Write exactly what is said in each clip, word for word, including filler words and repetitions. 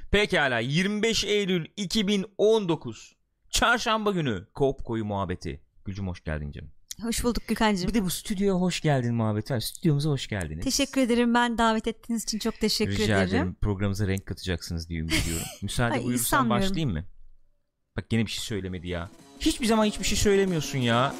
Pekala, yirmi beş Eylül iki bin on dokuz Çarşamba günü Kop Koyu muhabbeti. Gülcüm hoş geldin canım. Hoş bulduk Gökhan'cığım. Bir de bu stüdyoya hoş geldin muhabbeti var. Stüdyomuza hoş geldiniz. Teşekkür ederim, ben davet ettiğiniz için çok teşekkür Rica ederim. Rica ederim, programımıza renk katacaksınız diye ümit ediyorum. Müsaade Ay, buyurursan başlayayım mı? Bak gene bir şey söylemedi ya. Hiçbir zaman hiçbir şey söylemiyorsun ya.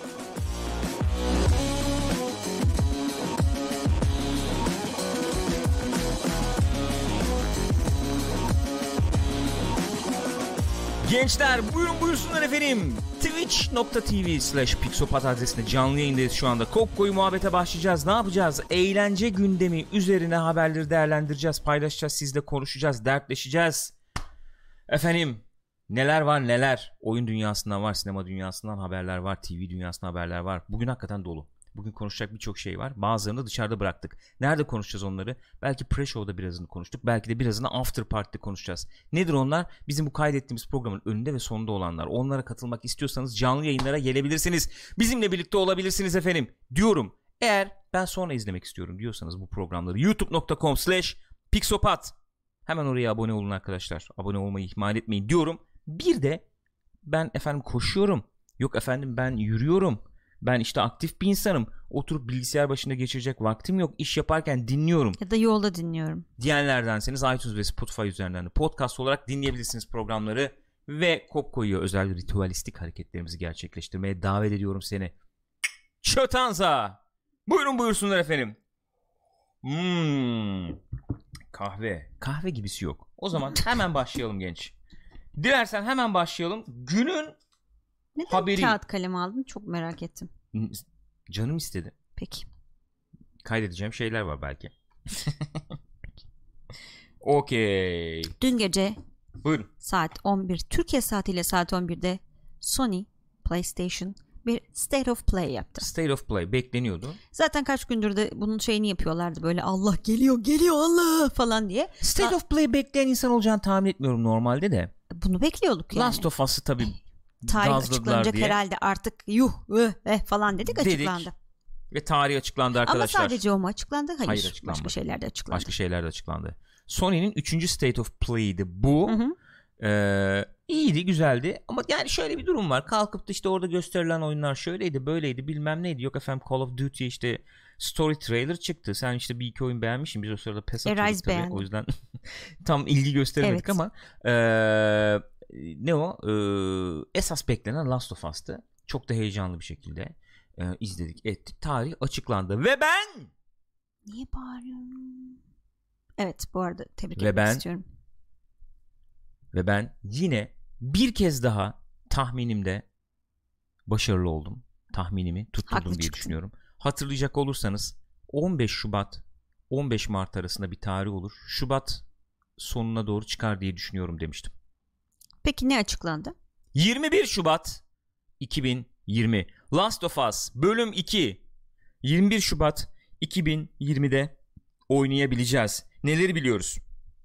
Gençler buyurun buyursunlar efendim. Twitch nokta tv slash pixopat adresinde canlı yayındayız şu anda. Kop Koyu muhabbete başlayacağız. Ne yapacağız? Eğlence gündemi üzerine haberleri değerlendireceğiz, paylaşacağız, sizle konuşacağız, dertleşeceğiz. Efendim neler var neler. Oyun dünyasından var, sinema dünyasından haberler var, T V dünyasından haberler var. Bugün hakikaten dolu. Bugün konuşacak birçok şey var. Bazılarını da dışarıda bıraktık. Nerede konuşacağız onları? Belki pre-show'da birazını konuştuk. Belki de birazını after party'de konuşacağız. Nedir onlar? Bizim bu kaydettiğimiz programın önünde ve sonunda olanlar. Onlara katılmak istiyorsanız canlı yayınlara gelebilirsiniz. Bizimle birlikte olabilirsiniz efendim. Diyorum. Eğer ben sonra izlemek istiyorum diyorsanız bu programları youtube nokta com slash pixopat. Hemen oraya abone olun arkadaşlar. Abone olmayı ihmal etmeyin diyorum. Bir de ben efendim koşuyorum. Yok efendim ben yürüyorum. Ben işte aktif bir insanım. Oturup bilgisayar başında geçirecek vaktim yok. İş yaparken dinliyorum. Ya da yolda dinliyorum diyenlerdenseniz iTunes ve Spotify üzerinden de podcast olarak dinleyebilirsiniz programları. Ve Kop Koyu'ya özel ritüelistik hareketlerimizi gerçekleştirmeye davet ediyorum seni. Çötanza. Buyurun buyursunlar efendim. Hmm. Kahve. Kahve gibisi yok. O zaman hemen başlayalım genç. Dilersen hemen başlayalım. Günün Neden haberi. Kağıt kalem aldın? Çok merak ettim. Canım istedi. Peki. Kaydedeceğim şeyler var belki. Okey. Dün gece Buyurun. saat on bir Türkiye saatiyle saat on birde Sony PlayStation bir State of Play yaptı. State of Play bekleniyordu. Zaten kaç gündür de bunun şeyini yapıyorlardı, böyle Allah geliyor geliyor Allah falan diye. State Ha- of Play bekleyen insan olacağını tahmin etmiyorum normalde de. Bunu bekliyorduk yani. Last of Us'ı tabii tarih gazladılar açıklanacak diye. herhalde artık yuh eh, eh falan dedik, Dedik. açıklandı. Ve tarih açıklandı arkadaşlar. Ama sadece o mu açıklandı? Hayır, Hayır, açıklanmadı. başka şeyler de açıklandı. Başka şeyler de açıklandı. Sony'nin üçüncü State of Play'di bu. Hı hı. Ee, iyiydi, güzeldi. Ama yani şöyle bir durum var. Kalkıp da işte orada gösterilen oyunlar şöyleydi, böyleydi, bilmem neydi. Yok efendim Call of Duty işte story trailer çıktı. Sen işte bir iki oyun beğenmişsin. Biz o sırada PES atıyorduk tabii. O yüzden tam ilgi gösteremedik, evet. Ama ee, ne o? Ee, esas beklenen Last of Us'tı. Çok da heyecanlı bir şekilde ee, izledik, ettik. Tarih açıklandı ve ben niye bağırıyorum? Evet, bu arada tebrik ve etmek ben, istiyorum. Ve ben yine bir kez daha tahminimde başarılı oldum. Tahminimi tutturdum Haklı diye çıktın. düşünüyorum. Hatırlayacak olursanız on beş Şubat on beş Mart arasında bir tarih olur. Şubat sonuna doğru çıkar diye düşünüyorum demiştim. Peki ne açıklandı? yirmi bir Şubat iki bin yirmi Last of Us bölüm iki yirmi bir Şubat iki bin yirmide oynayabileceğiz. Neleri biliyoruz?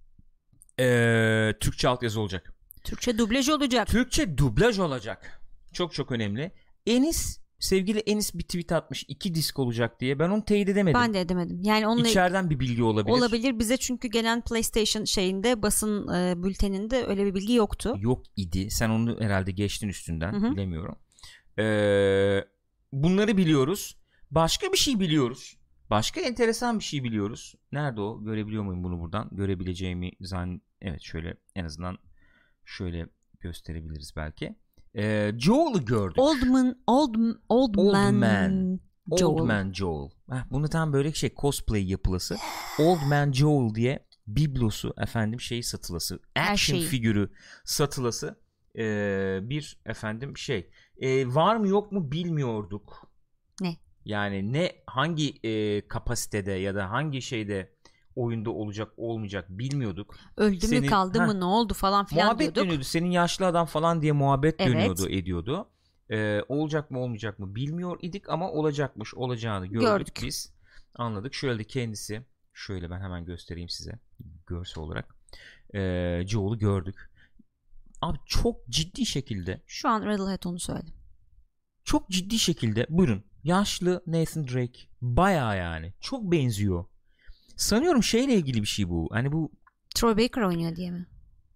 Ee, Türkçe altyazı olacak. Türkçe dublaj olacak. Türkçe dublaj olacak. Çok çok önemli. Enis, sevgili Enis bir tweet atmış. İki disk olacak diye. Ben onu teyit edemedim. Ben de edemedim. Yani onunla İçeriden bir bilgi olabilir. Olabilir. Bize çünkü gelen PlayStation şeyinde, basın e, bülteninde öyle bir bilgi yoktu. Yok idi. Sen onu herhalde geçtin üstünden. Hı hı. Bilemiyorum. Ee, bunları biliyoruz. Başka bir şey biliyoruz. Başka enteresan bir şey biliyoruz. Nerede o? Görebiliyor muyum bunu buradan? Görebileceğimi zan... Evet, şöyle en azından şöyle gösterebiliriz belki. Ee, Joel'ı gördük. Old man, old, old, Old man, man. Joel. Old Man Joel. Heh, bunu tam böyle şey cosplay yapılası. Old Man Joel diye biblosu efendim şeyi satılası. Action figürü satılası ee, bir efendim şey. Ee, var mı yok mu bilmiyorduk. Ne? Yani ne hangi e, kapasitede ya da hangi şeyde oyunda olacak olmayacak bilmiyorduk. Öldü Senin, mü kaldı heh, mı ne oldu falan filan muhabbet diyorduk. dönüyordu. Senin yaşlı adam falan diye muhabbet Evet. dönüyordu ediyordu. Ee, olacak mı olmayacak mı bilmiyor idik ama olacakmış, olacağını gördük, Gördük. biz. Anladık. Şöyle de kendisi, şöyle ben hemen göstereyim size görsel olarak. Ee, Joel'u gördük. Abi çok ciddi şekilde. Şu an Radlehead onu söyledi. Çok ciddi şekilde buyurun. Yaşlı Nathan Drake bayağı yani çok benziyor. Sanıyorum şeyle ilgili bir şey bu. Hani bu Troy Baker oynuyor diye mi?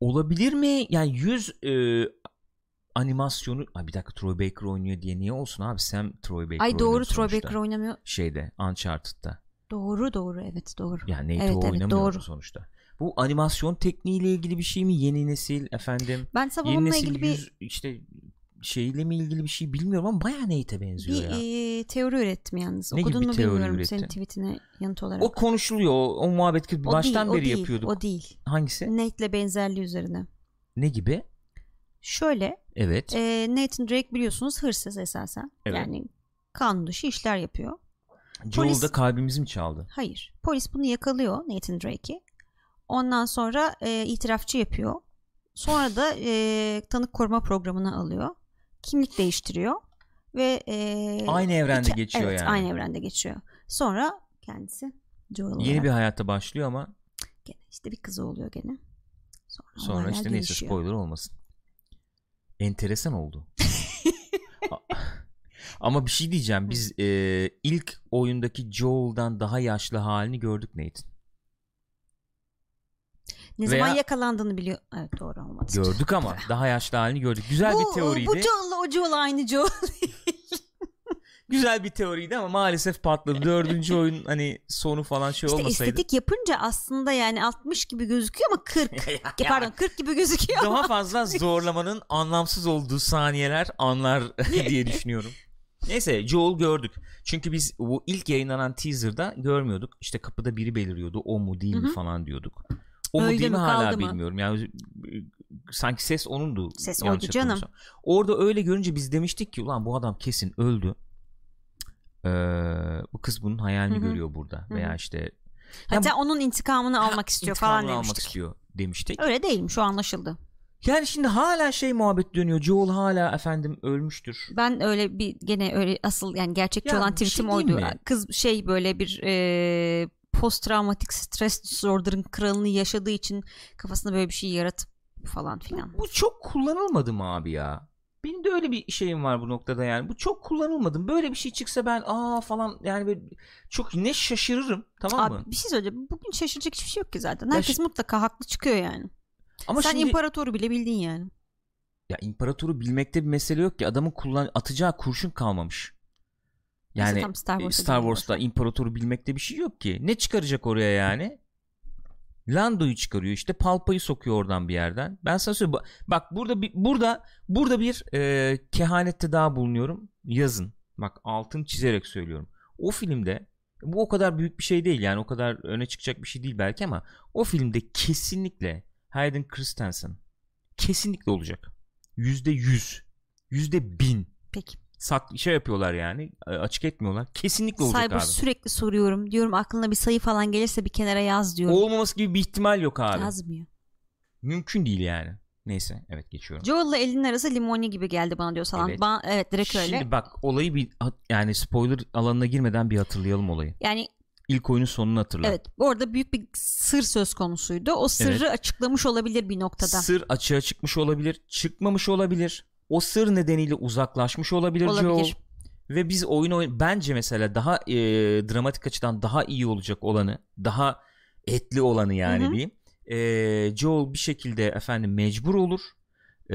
olabilir mi? Yani yüz e, animasyonu... Ay bir dakika, Troy Baker oynuyor diye niye olsun abi? Sam Troy Baker Ay doğru, Troy sonuçta. Baker oynamıyor. Şeyde, Uncharted'da. Doğru doğru evet doğru. Yani Nate'i evet, oynamıyor evet, doğru. sonuçta. Bu animasyon tekniğiyle ilgili bir şey mi? Yeni nesil efendim. Ben Yeni nesil ilgili yüz bir... işte şeyle mi ilgili bir şey bilmiyorum ama bayağı Nate'e benziyor bir ya. Bir e, teori ürettim yalnız. Ne Okudun gibi mu bir teori bilmiyorum ürettin? senin tweetine yanıt olarak. O konuşuluyor. O, o muhabbet O baştan değil, beri o değil, yapıyorduk. O değil. Hangisi? Nate'le benzerliği üzerine. Ne gibi? Şöyle. Evet. E, Nathan Drake biliyorsunuz hırsız esasen. Evet. Yani kanun dışı işler yapıyor. Joel Polis... da kalbimizi mi çaldı? Hayır. Polis bunu yakalıyor, Nathan Drake'i. Ondan sonra e, itirafçı yapıyor. Sonra da e, tanık koruma programına alıyor. Kimlik değiştiriyor. Ve e, aynı evrende iki, geçiyor evet, yani. aynı evrende geçiyor. Sonra kendisi Joel olarak. Yeni bir hayata başlıyor ama Gene işte bir kızı oluyor gene. Sonra, sonra işte gelişiyor. neyse spoiler olmasın. Enteresan oldu. Ama bir şey diyeceğim. Biz e, ilk oyundaki Joel'dan daha yaşlı halini gördük Nathan. Ne Veya... zaman yakalandığını biliyor. Evet doğru olmadı. Gördük ama daha yaşlı halini gördük. Güzel bu, bir teoriydi. Bu Joel'la o Joel aynı Joel. Güzel bir teoriydi ama maalesef patladı. Dördüncü oyun hani sonu falan şey işte olmasaydı. Estetik yapınca aslında yani altmış gibi gözüküyor ama kırk. Pardon kırk gibi gözüküyor. Daha fazla zorlamanın anlamsız olduğu saniyeler, anlar diye düşünüyorum. Neyse Joel gördük. Çünkü biz bu ilk yayınlanan teaser'da görmüyorduk. İşte kapıda biri beliriyordu. O mu değil mi Hı-hı. falan diyorduk. O Öyle mu değil mi, mi, hala kaldı mı? bilmiyorum. Yani sanki ses onundu. Ses oydu canım. Orada öyle görünce biz demiştik ki ulan bu adam kesin öldü. Ee, bu kız bunun hayalini Hı-hı. görüyor burada. Hı-hı. Veya işte hatta ya, onun intikamını ha, almak istiyor intikamını falan almak demiştik. istiyor demiştik. Öyle değil mi? Şu anlaşıldı. Yani şimdi hala şey muhabbet dönüyor. Joel hala efendim ölmüştür. Ben öyle bir gene öyle asıl yani gerçekçi ya, olan tweetim şey oydu. mi? Kız şey böyle bir e, post travmatik stres disorder'ın kralını yaşadığı için kafasında böyle bir şey yaratıp falan filan. Bu, bu çok kullanılmadı mı abi ya? Benim de öyle bir şeyim var bu noktada yani. Bu çok kullanılmadı. Böyle bir şey çıksa ben aa falan yani böyle çok ne şaşırırım, tamam Abi, mı? bir şey söyleyeceğim. Bugün şaşıracak hiçbir şey yok ki zaten. Ya Herkes şi- mutlaka haklı çıkıyor yani. Ama sen şimdi imparatoru bile bildin yani. ya imparatoru bilmekte bir mesele yok ki. Adamın kullan atacağı kurşun kalmamış. Yani tam Star Wars'ta, Star Wars'ta imparatoru bilmekte bir şey yok ki. Ne çıkaracak oraya yani? Lando'yu çıkarıyor işte, Palpa'yı sokuyor oradan bir yerden. Ben sana söyleyeyim bak, burada bir burada burada bir e, kehanette daha bulunuyorum. Yazın. Bak altın çizerek söylüyorum. O filmde bu o kadar büyük bir şey değil yani, o kadar öne çıkacak bir şey değil belki ama o filmde kesinlikle Hayden Christensen kesinlikle olacak. Yüzde yüz. Yüzde bin. Peki. Sak şey yapıyorlar yani, açık etmiyorlar. Kesinlikle olacak Cyber abi. sürekli soruyorum. Diyorum aklına bir sayı falan gelirse bir kenara yaz diyorum. Olmaması gibi bir ihtimal yok abi. Yazmıyor. Mümkün değil yani. Neyse evet geçiyorum. Joel'la Ellie'nin arası limoni gibi geldi bana diyor Salan. Evet. Ba- evet direkt öyle. Şimdi bak olayı bir yani spoiler alanına girmeden bir hatırlayalım olayı. Yani İlk oyunun sonunu hatırla. evet, orada büyük bir sır söz konusuydu. O sırrı Evet. açıklamış olabilir bir noktada. Sır açığa çıkmış olabilir, çıkmamış olabilir. O sır nedeniyle uzaklaşmış olabilir, Olabilir. Joel. Ve biz oyun oyun bence mesela daha e, dramatik açıdan daha iyi olacak olanı, daha etli olanı yani Hı hı. diyeyim. E, Joel bir şekilde efendim mecbur olur. E,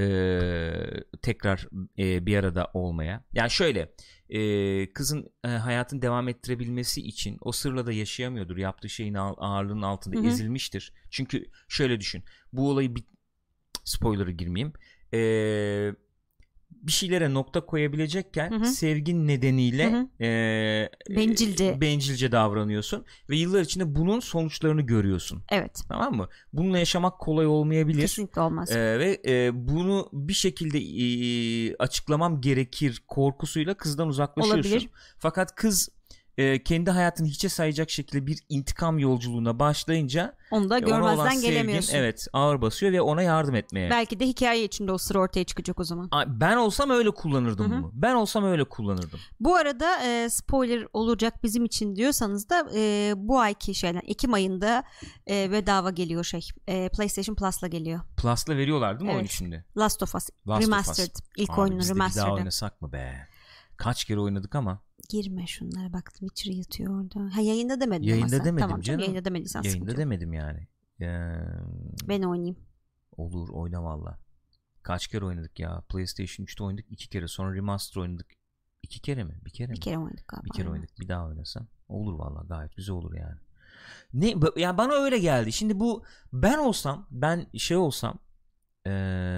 tekrar e, bir arada olmaya. Yani şöyle e, kızın e, hayatını devam ettirebilmesi için o sırla da yaşayamıyordur. Yaptığı şeyin ağırlığının altında Hı hı. ezilmiştir. Çünkü şöyle düşün. Bu olayı bir spoiler'a girmeyeyim. Eee bir şeylere nokta koyabilecekken Hı hı. sevgin nedeniyle Hı hı. e, Bencilce. bencilce davranıyorsun ve yıllar içinde bunun sonuçlarını görüyorsun. Evet. Tamam mı? Bununla yaşamak kolay olmayabilir. Kesinlikle olmaz. E, ve e, bunu bir şekilde e, açıklamam gerekir korkusuyla kızdan uzaklaşıyorsun. Olabilir. Fakat kız e, kendi hayatını hiçe sayacak şekilde bir intikam yolculuğuna başlayınca Onu da e, ona olan görmezden sevgin, gelemiyorsun. evet, ağır basıyor ve ona yardım etmeye. Belki de hikaye içinde o sır ortaya çıkacak o zaman. Ben olsam öyle kullanırdım Hı hı. bunu. Ben olsam öyle kullanırdım. Bu arada e, spoiler olacak bizim için diyorsanız da e, bu ayki şeyden Ekim ayında e, bedava geliyor şey. E, PlayStation Plus'la geliyor. Plus'la veriyorlar değil mi Evet. oyunu şimdi? Last of Us Last of Remastered. Us. İlk Abi oyunun biz de bir daha Remastered'ı. oynasak mı be? Kaç kere oynadık ama. Girme şunlara bak, Witcher yatıyor orada. Ha yayında demedim Yayında ama sen. demedim Tamam, canım. Yayında demediysen Yayında sıkıntı yok. demedim yani. Ee, Ben oynayayım. Olur, oyna valla. Kaç kere oynadık ya? PlayStation üçte oynadık iki kere. Sonra remaster oynadık. İki kere mi? Bir kere mi? Bir kere oynadık galiba. Bir kere oynadık. Bir daha oynasam. Olur valla, gayet güzel olur yani. Ne yani, bana öyle geldi. Şimdi bu ben olsam, ben şey olsam, ee,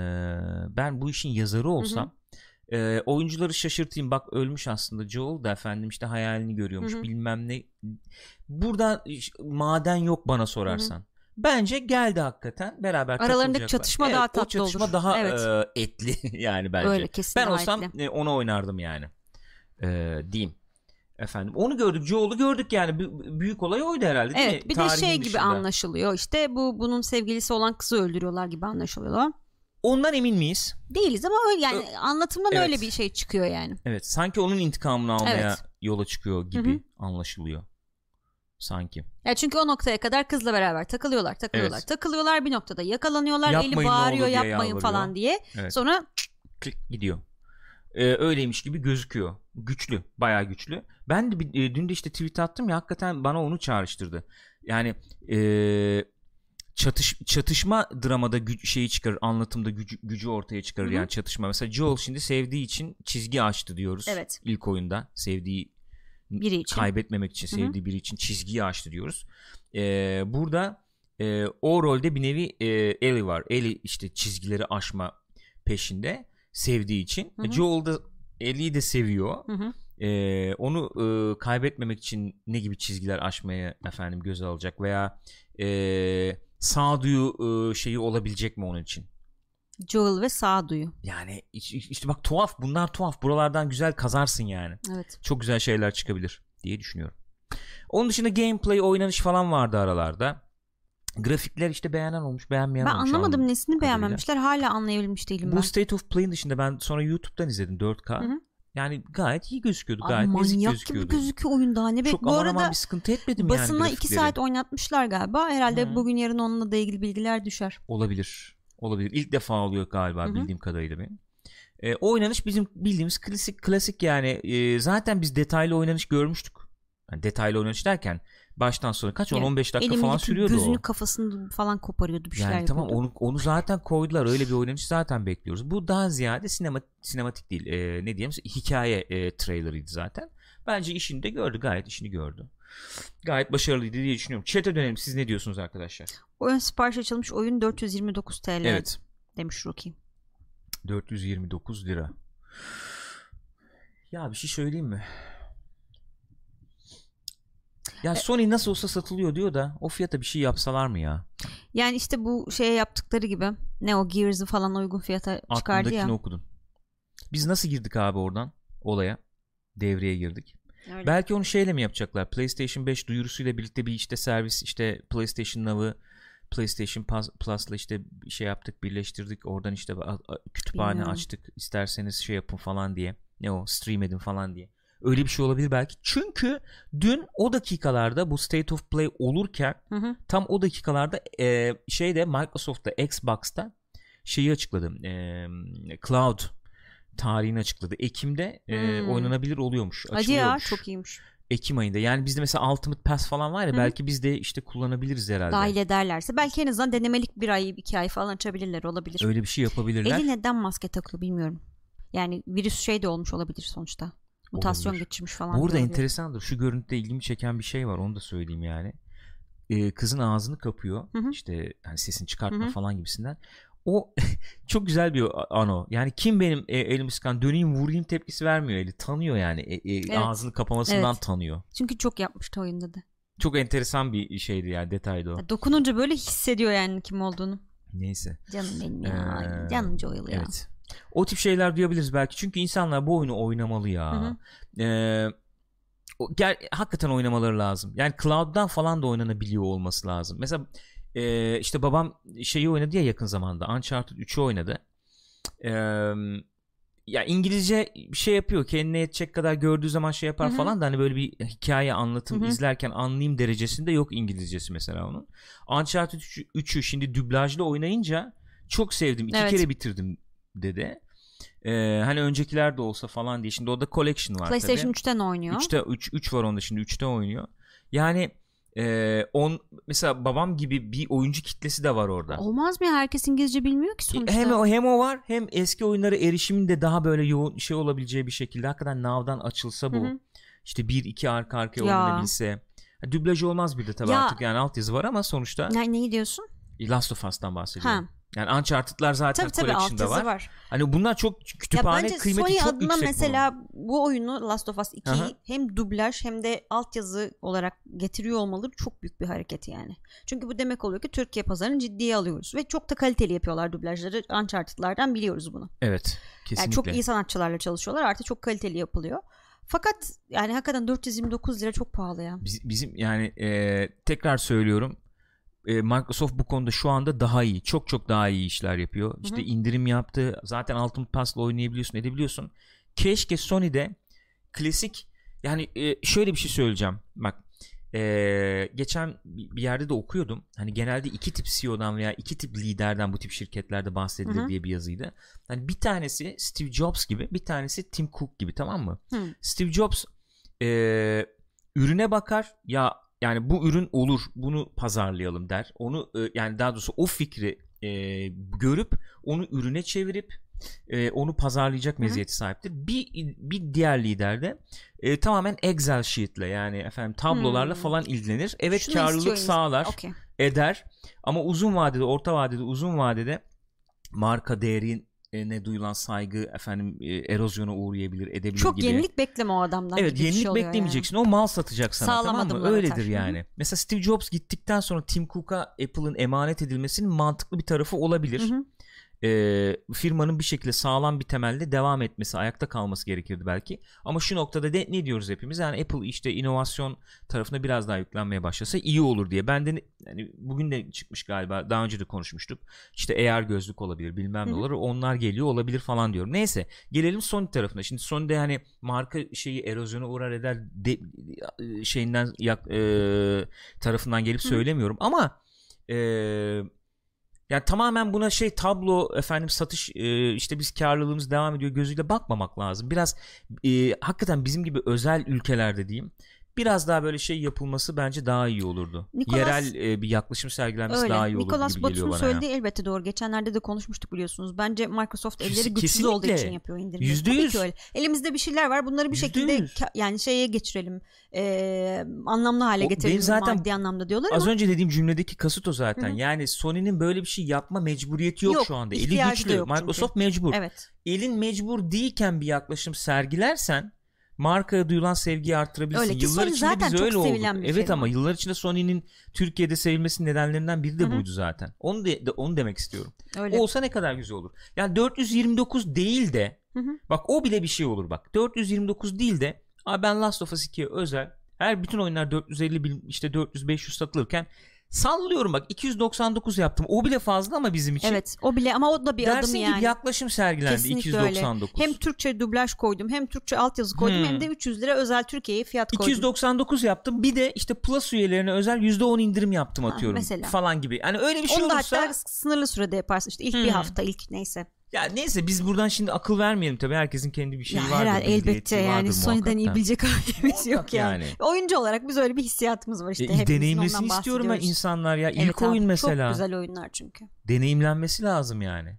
ben bu işin yazarı olsam, ee, oyuncuları şaşırtayım. Bak ölmüş aslında Joel da, efendim işte hayalini görüyormuş, hı hı. bilmem ne. Burada maden yok bana sorarsan. Hı hı. Bence geldi hakikaten, beraber aralarındaki çatışma evet, daha tatlı olur. O çatışma olur. daha evet. e, etli yani bence. Öyle, kesin ben olsam etli. ona oynardım yani. E, diyeyim. Efendim onu gördük, Joel'u gördük yani, B- büyük olay oydu herhalde değil evet, mi? Bir Tarihin de şey dışında. gibi anlaşılıyor işte, bu bunun sevgilisi olan kızı öldürüyorlar gibi anlaşılıyor. Ondan emin miyiz? Değiliz ama öyle yani, Ö- anlatımdan evet. öyle bir şey çıkıyor yani. Evet, sanki onun intikamını almaya evet. yola çıkıyor gibi Hı-hı. anlaşılıyor. Sanki. Ya çünkü o noktaya kadar kızla beraber takılıyorlar, takılıyorlar, evet. takılıyorlar, bir noktada yakalanıyorlar, yapmayın, eli bağırıyor yapmayın yalvarıyor. falan diye. Evet. Sonra klik gidiyor. Ee, öyleymiş gibi gözüküyor. Güçlü, bayağı güçlü. Ben de bir, e, dün de işte tweet attım ya, hakikaten bana onu çağrıştırdı. Yani e, çatış çatışma dramada güç şeyi çıkarır, anlatımda gücü, gücü ortaya çıkarır. Hı-hı. Yani çatışma. Mesela Joel şimdi sevdiği için çizgi açtı diyoruz. Evet. İlk oyunda sevdiği biri için, kaybetmemek için, sevdiği Hı-hı. biri için çizgiyi açtı diyoruz. Ee, burada e, o rolde bir nevi e, Ellie var. Ellie işte çizgileri aşma peşinde, sevdiği için. Hı-hı. Joel da Ellie'yi de seviyor. Ee, onu e, kaybetmemek için ne gibi çizgiler aşmaya efendim göze alacak veya e, sağduyu e, şeyi olabilecek mi onun için? Joel ve sağduyu. Yani işte bak, tuhaf, bunlar tuhaf. Buralardan güzel kazarsın yani. Evet. Çok güzel şeyler çıkabilir diye düşünüyorum. Onun dışında gameplay, oynanış falan vardı aralarda. Grafikler işte beğenen olmuş, beğenmeyen ben olmuş. Ben anlamadım nesini kadarıyla. beğenmemişler, hala anlayabilmiş değilim Bu ben. Bu State of Play'in dışında ben sonra YouTube'dan izledim dört K. Hı-hı. Yani gayet iyi gözüküyordu, gayet Aa, nezik manyak gözüküyordu. gibi gözüküyor oyunda. Hani çok bu aman arada aman bir sıkıntı etmedim basına yani. Basına iki saat oynatmışlar galiba. Herhalde Hı-hı. bugün yarın onunla da ilgili bilgiler düşer. Olabilir. Olabilir. İlk defa oluyor galiba, Hı-hı. bildiğim kadarıyla benim. E, oynanış bizim bildiğimiz klasik klasik yani. E, zaten biz detaylı oynanış görmüştük. Yani detaylı oynanış derken baştan sonra kaç on on beş dakika Elimi falan sürüyordu gözünü, o. Gözünü kafasını falan koparıyordu, bir şeyler yani yapıyordu. Tamam, onu, onu zaten koydular. Öyle bir oynanış zaten bekliyoruz. Bu daha ziyade sinema, sinematik değil. E, ne diyeyim, hikaye e, trailerıydı zaten. Bence işini de gördü. Gayet işini gördü. Gayet başarılıydı diye düşünüyorum. Chat'e dönelim. Siz ne diyorsunuz arkadaşlar? Oyun sipariş açılmış, oyun dört yüz yirmi dokuz TL. Evet. Demiş Rookie. dört yüz yirmi dokuz lira. Ya bir şey söyleyeyim mi? Ya Sony nasıl olsa satılıyor diyor da o fiyata bir şey yapsalar mı ya? Yani işte bu şeye yaptıkları gibi, ne o Gears'ı falan uygun fiyata çıkardı ya. Aklındakini okudun. Biz nasıl girdik abi oradan olaya? Devreye girdik. Öyle. Belki onu şeyle mi yapacaklar? PlayStation beş duyurusuyla birlikte bir işte servis, işte PlayStation Now'ı PlayStation Plus'la işte şey yaptık, birleştirdik. Oradan işte kütüphane Bilmiyorum. açtık. İsterseniz şey yapın falan diye. Ne o? Stream edin falan diye. Öyle bir şey olabilir belki. Çünkü dün o dakikalarda bu State of Play olurken hı hı. tam o dakikalarda e, şeyde Microsoft'ta, Xbox'ta şeyi açıkladı. E, Cloud tarihini açıkladı. Ekim'de e, hmm. oynanabilir oluyormuş. Hadi ya, çok iyiymiş. Ekim ayında. Yani bizde mesela Ultimate Pass falan var ya, Hı-hı. belki biz de işte kullanabiliriz herhalde. Dahil ederlerse. Belki en azından denemelik bir ay, iki ay falan açabilirler, olabilir. Öyle bir şey yapabilirler. Eli neden maske takıyor bilmiyorum. Yani virüs şey de olmuş olabilir sonuçta. Mutasyon olabilir. Geçirmiş falan. Burada enteresandır. Şu görüntüde ilgimi çeken bir şey var. Onu da söyleyeyim yani. Ee, kızın ağzını kapıyor. Hı-hı. İşte hani sesini çıkartma Hı-hı. falan gibisinden. O çok güzel bir ano. Yani kim benim e, elimi sıkan, döneyim vurayım tepkisi vermiyor eli. Tanıyor yani. E, e, evet. Ağzını kapamasından evet. tanıyor. Çünkü çok yapmıştı oyunda da. Çok enteresan bir şeydi yani, detaydı o. Ya, dokununca böyle hissediyor yani kim olduğunu. Neyse. Canım benim ya. Ee, Canım Joel ya. Evet. O tip şeyler duyabiliriz belki. Çünkü insanlar bu oyunu oynamalı ya. Ee, o, ger- hakikaten oynamaları lazım. Yani Cloud'dan falan da oynanabiliyor olması lazım. Mesela Ee, işte babam şeyi oynadı ya yakın zamanda, Uncharted üçü oynadı. Ee, ya İngilizce bir şey yapıyor, kendine yetecek kadar gördüğü zaman şey yapar Hı-hı. falan da hani böyle bir hikaye anlatım Hı-hı. izlerken anlayayım derecesinde yok İngilizcesi mesela onun. Uncharted üçü şimdi dublajlı oynayınca çok sevdim, iki evet. kere bitirdim dedi. Ee, hani öncekiler de olsa falan diye. Şimdi o da collection var PlayStation tabii. üçten oynuyor. üçte üç, üç var onda, şimdi üçte oynuyor. Yani Ee, on mesela babam gibi bir oyuncu kitlesi de var orada. Olmaz mı ya? Herkes İngilizce bilmiyor ki sonuçta. Hem o hem o var, hem eski oyunlara erişimin de daha böyle yoğun şey olabileceği bir şekilde. Hakikaten Now'dan açılsa bu. Hı-hı. İşte bir iki arka arkaya ya. oynanabilse. Dublaj olmaz bir de tabii ya. Artık yani altyazı var ama sonuçta. Ne, neyi diyorsun? Last of Us'tan bahsediyorum. Ha. Yani Uncharted'lar zaten tabii, collection'da var. var. Hani bunlar çok kütüphane kıymeti Sony çok adına yüksek. Mesela bunun. Bu oyunu Last of Us ikiyi hem dublaj hem de altyazı olarak getiriyor olmaları çok büyük bir hareket yani. Çünkü bu demek oluyor ki Türkiye pazarını ciddiye alıyoruz ve çok da kaliteli yapıyorlar dublajları. Uncharted'lardan biliyoruz bunu. Evet, kesinlikle. Yani çok iyi sanatçılarla çalışıyorlar. Artık çok kaliteli yapılıyor. Fakat yani hakikaten dört yüz yirmi dokuz lira çok pahalı ya. Biz, bizim yani e, tekrar söylüyorum. Microsoft bu konuda şu anda daha iyi. Çok çok daha iyi işler yapıyor. İşte hı hı. indirim yaptı. Zaten Ultimate Pass'la oynayabiliyorsun, edebiliyorsun. Keşke Sony'de klasik, yani şöyle bir şey söyleyeceğim. Bak, ee, geçen bir yerde de okuyordum. Hani genelde iki tip C E O'dan veya iki tip liderden bu tip şirketlerde bahsedilir hı hı. diye bir yazıydı. Hani bir tanesi Steve Jobs gibi, bir tanesi Tim Cook gibi, tamam mı? Hı. Steve Jobs ee, ürüne bakar ya. Yani bu ürün olur, bunu pazarlayalım der. Onu yani daha doğrusu o fikri e, görüp onu ürüne çevirip e, onu pazarlayacak meziyeti sahiptir. Bir bir diğer lider de e, tamamen Excel sheet'le, yani efendim tablolarla hmm. falan ilgilenir. Evet, şunu karlılık sağlar, okay. eder ama uzun vadede, orta vadede, uzun vadede marka değerin ne duyulan saygı efendim erozyona uğrayabilir, edebilir çok gibi. Çok yenilik bekleme o adamdan. Evet, yenilik şey beklemeyeceksin. Yani. O mal satacak sana, sağlam, tamam mı? Öyledir atar. Yani. Hı-hı. Mesela Steve Jobs gittikten sonra Tim Cook'a Apple'ın emanet edilmesinin mantıklı bir tarafı olabilir. Ee, firmanın bir şekilde sağlam bir temelde devam etmesi, ayakta kalması gerekirdi belki. Ama şu noktada de, ne diyoruz hepimiz? Yani Apple işte inovasyon tarafına biraz daha yüklenmeye başlasa iyi olur diye. Ben de yani bugün de çıkmış galiba, daha önce de konuşmuştuk. İşte A R gözlük olabilir, bilmem ne olur. Onlar geliyor olabilir falan diyorum. Neyse, gelelim Sony tarafına. Şimdi Sony'de hani marka şeyi erozyona uğrar eder de, şeyinden yak, e, tarafından gelip söylemiyorum ama eee yani tamamen buna şey tablo efendim satış e, işte biz karlılığımız devam ediyor gözüyle bakmamak lazım. Biraz e, hakikaten bizim gibi özel ülkelerde diyeyim, biraz daha böyle şey yapılması bence daha iyi olurdu. Nicolas, Yerel e, bir yaklaşım sergilenmesi öyle. Daha iyi olurdu Nicolas gibi geliyor bana. Nicolas Batus'un söylediği elbette doğru. Geçenlerde de konuşmuştuk biliyorsunuz. Bence Microsoft elleri güçsüz kesinlikle. Olduğu için yapıyor indirimi. yüzde yüz öyle. Elimizde bir şeyler var. Bunları bir yüzde şekilde ka- yani şeye geçirelim. E, anlamlı hale o, getirelim. Zaten maddi anlamda diyorlar az ama. önce dediğim cümledeki kasıt o zaten. Hı-hı. Yani Sony'nin böyle bir şey yapma mecburiyeti yok, yok şu anda. Eli güçlü. Microsoft çünkü. Mecbur. Evet. Elin mecbur değilken bir yaklaşım sergilersen markaya duyulan sevgiyi artırabilirsin. Öyle ki yıllar Sony içinde biz öyle olduk. Evet firma. Ama yıllar içinde Sony'nin Türkiye'de sevilmesinin nedenlerinden biri de Hı-hı. buydu zaten. Onu de, de onu demek istiyorum. Öyle. Olsa ne kadar güzel olur. Yani dört yüz yirmi dokuz değil de Hı-hı. bak o bile bir şey olur bak. dört yüz yirmi dokuz değil de abi ben Last of Us ikiye özel, her bütün oyunlar dört yüz elli işte dört yüz beş yüz satılırken sallıyorum bak iki yüz doksan dokuz yaptım. O bile fazla ama bizim için. Evet, o bile ama o da bir dersin adım yani. Dersin ki yaklaşım sergilendi. Kesinlikle iki yüz doksan dokuz. Öyle. Hem Türkçe dublaj koydum, hem Türkçe altyazı koydum, hmm. hem de üç yüz lira özel Türkiye'ye fiyat koydum. iki yüz doksan dokuz yaptım. Bir de işte Plus üyelerine özel yüzde on indirim yaptım atıyorum. Ha, mesela. Falan gibi. Hani öyle bir şey onu olursa. Onu da hatta sınırlı sürede yaparsın. İşte ilk hmm. bir hafta, ilk neyse. Ya neyse, biz buradan şimdi akıl vermeyelim tabii, herkesin kendi bir şeyi ya vardır. Herhalde elbette yani Sony'den iyi bilecek halimiz yok yani. yani. Oyuncu olarak biz öyle bir hissiyatımız var işte. E, deneyimlesin istiyorum ben insanlar ya. Evet, İlk abi, oyun mesela. Çok güzel oyunlar çünkü. Deneyimlenmesi lazım yani.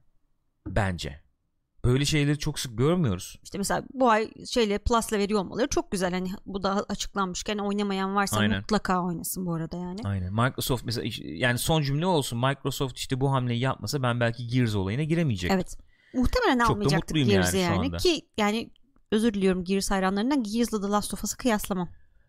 Bence. Böyle şeyleri çok sık görmüyoruz. İşte mesela bu ay şeyle Plus'la veriyor olmaları çok güzel. Hani bu da açıklanmışken oynamayan varsa Aynen. mutlaka oynasın bu arada yani. Aynen. Microsoft mesela, yani son cümle olsun, Microsoft işte bu hamleyi yapmasa ben belki Gears olayına giremeyecektim. Evet. Muhtemelen çok almayacaktık Gears'ı yani, yani. Ki yani özür diliyorum Gears hayranlarından, Gears'la The Last of Us'ı kıyaslamam.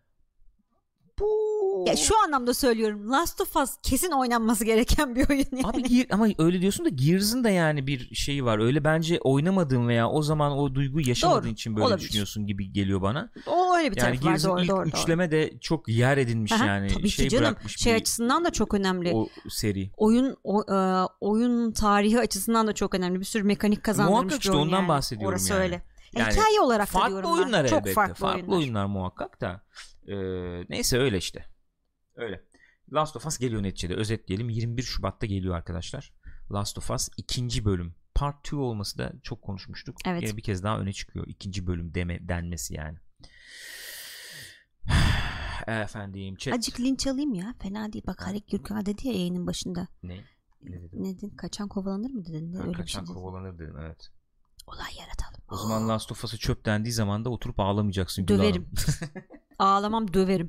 Bu... Ya şu anlamda söylüyorum, Last of Us kesin oynanması gereken bir oyun yani. Abi Gear, ama öyle diyorsun da Gears'ın da yani bir şeyi var. Öyle bence oynamadığın veya o zaman o duyguyu yaşamadığın doğru, için böyle olabilir. Düşünüyorsun gibi geliyor bana. O öyle bir yani tarafı var, doğru ilk doğru. üçleme de çok yer edinmiş. Aha, yani. Tabii şey ki canım. Şey açısından da çok önemli. O seri. Oyun o, e, oyun tarihi açısından da çok önemli. Bir sürü mekanik kazandırmış muhakkak bir işte oyun ondan yani. bahsediyorum Orası yani. öyle. Yani hikaye olarak da diyorum oyunlar ben. Elbette. Çok farklı, farklı oyunlar. oyunlar muhakkak da. Ee, neyse öyle işte. Öyle. Last of Us geliyor neticede. Özetleyelim. yirmi bir Şubat'ta geliyor arkadaşlar. Last of Us ikinci bölüm. Part iki olması da çok konuşmuştuk. Evet. Yine bir kez daha öne çıkıyor. İkinci bölüm deme, denmesi yani. efendim. Chat. Acık linç alayım ya. Fena değil. Bak Haluk Gürkan dedi ya yayının başında. Ne? Ne dedin? Ne dedin? Kaçan kovalanır mı dedin? Ha, Öyle kaçan bir şey dedin. kovalanır dedim, evet. Olay yaratalım. O zaman Last of Us'ı çöp dendiği zaman da oturup ağlamayacaksın. Döverim. Ağlamam, döverim.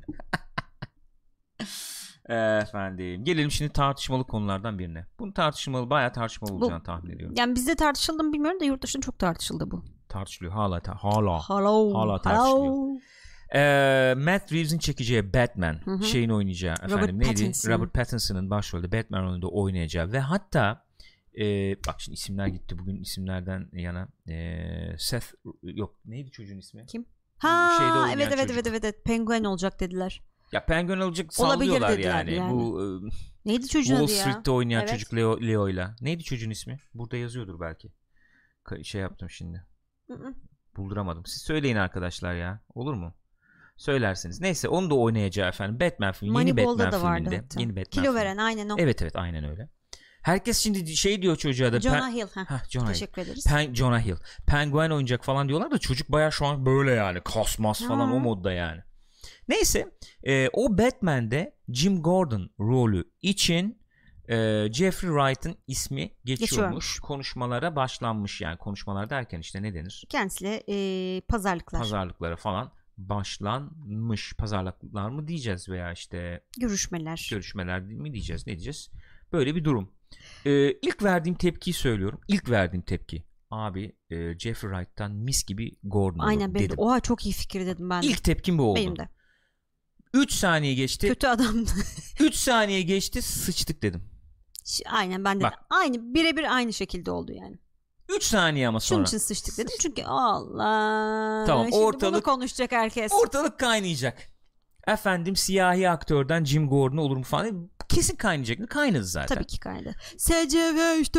Efendim. Gelelim şimdi tartışmalı konulardan birine. Bunu tartışmalı, bayağı tartışmalı olacağını bu, tahmin ediyorum. Yani bizde tartışıldı mı bilmiyorum da yurt dışında çok tartışıldı bu. Tartışılıyor. Hala ta- hala. Hello. Hala tartışılıyor. Ee, Matt Reeves'in çekeceği Batman, hı hı, şeyin oynayacağı efendim Robert neydi? Pattinson. Robert Pattinson'ın başrolde Batman rolünde oynayacağı ve hatta e, bak şimdi isimler gitti bugün, isimlerden yana e, Seth yok neydi çocuğun ismi? Kim? Ha evet evet, çocuk. evet evet evet Penguin olacak dediler. Ya Penguin olacak sallıyorlar yani. yani. Bu e, neydi çocuğun adı ya? Wall Street'te oynayan evet. çocuk Leo Leo'yla. Neydi çocuğun ismi? Burada yazıyordur belki. Ka- şey yaptım şimdi. Hı hı. Bulduramadım. Siz söyleyin arkadaşlar ya. Olur mu? Söylersiniz. Neyse onu da oynayacağı efendim. Batman filmi. Yeni Batman da filminde. Vardı, Yeni Batman Kilo filmi. veren aynen o. Evet evet aynen öyle. Herkes şimdi şey diyor çocuğa da. Jonah Pen- Hill. Heh, Jonah Teşekkür Hill. ederiz. Pen- Jonah Hill. Penguin oynayacak falan diyorlar da çocuk bayağı şu an böyle yani. Kasmaz falan ha. o modda yani. Neyse e, o Batman'de Jim Gordon rolü için e, Jeffrey Wright'ın ismi geçiyormuş. Geçiyormuş. Konuşmalara başlanmış yani. Konuşmalar derken işte ne denir? Kendisiyle e, pazarlıklar. Pazarlıklara falan başlanmış. Pazarlıklar mı diyeceğiz veya işte görüşmeler. Görüşmeler mi diyeceğiz, ne diyeceğiz? Böyle bir durum. Ee, ilk verdiğim tepkiyi söylüyorum. İlk verdiğim tepki. Abi e, Jeffrey Wright'tan mis gibi Gordon olur aynen benim dedim. De, oha çok iyi fikir dedim ben de. İlk tepkim bu oldu. Benim de. üç saniye geçti. Kötü adamdı. üç saniye geçti, sıçtık dedim. Aynen ben de. Bak. Aynı birebir aynı şekilde oldu yani. üç saniye ama sonra. Şunun için sıçtık dedim çünkü Allah. Tamam, şimdi ortalık bunu konuşacak herkes. Ortalık kaynayacak. Efendim siyahi aktörden Jim Gordon olur mu falan. Kesin kaynayacak mı? Kaynadı zaten. Tabii ki kaynadı. S C V işte.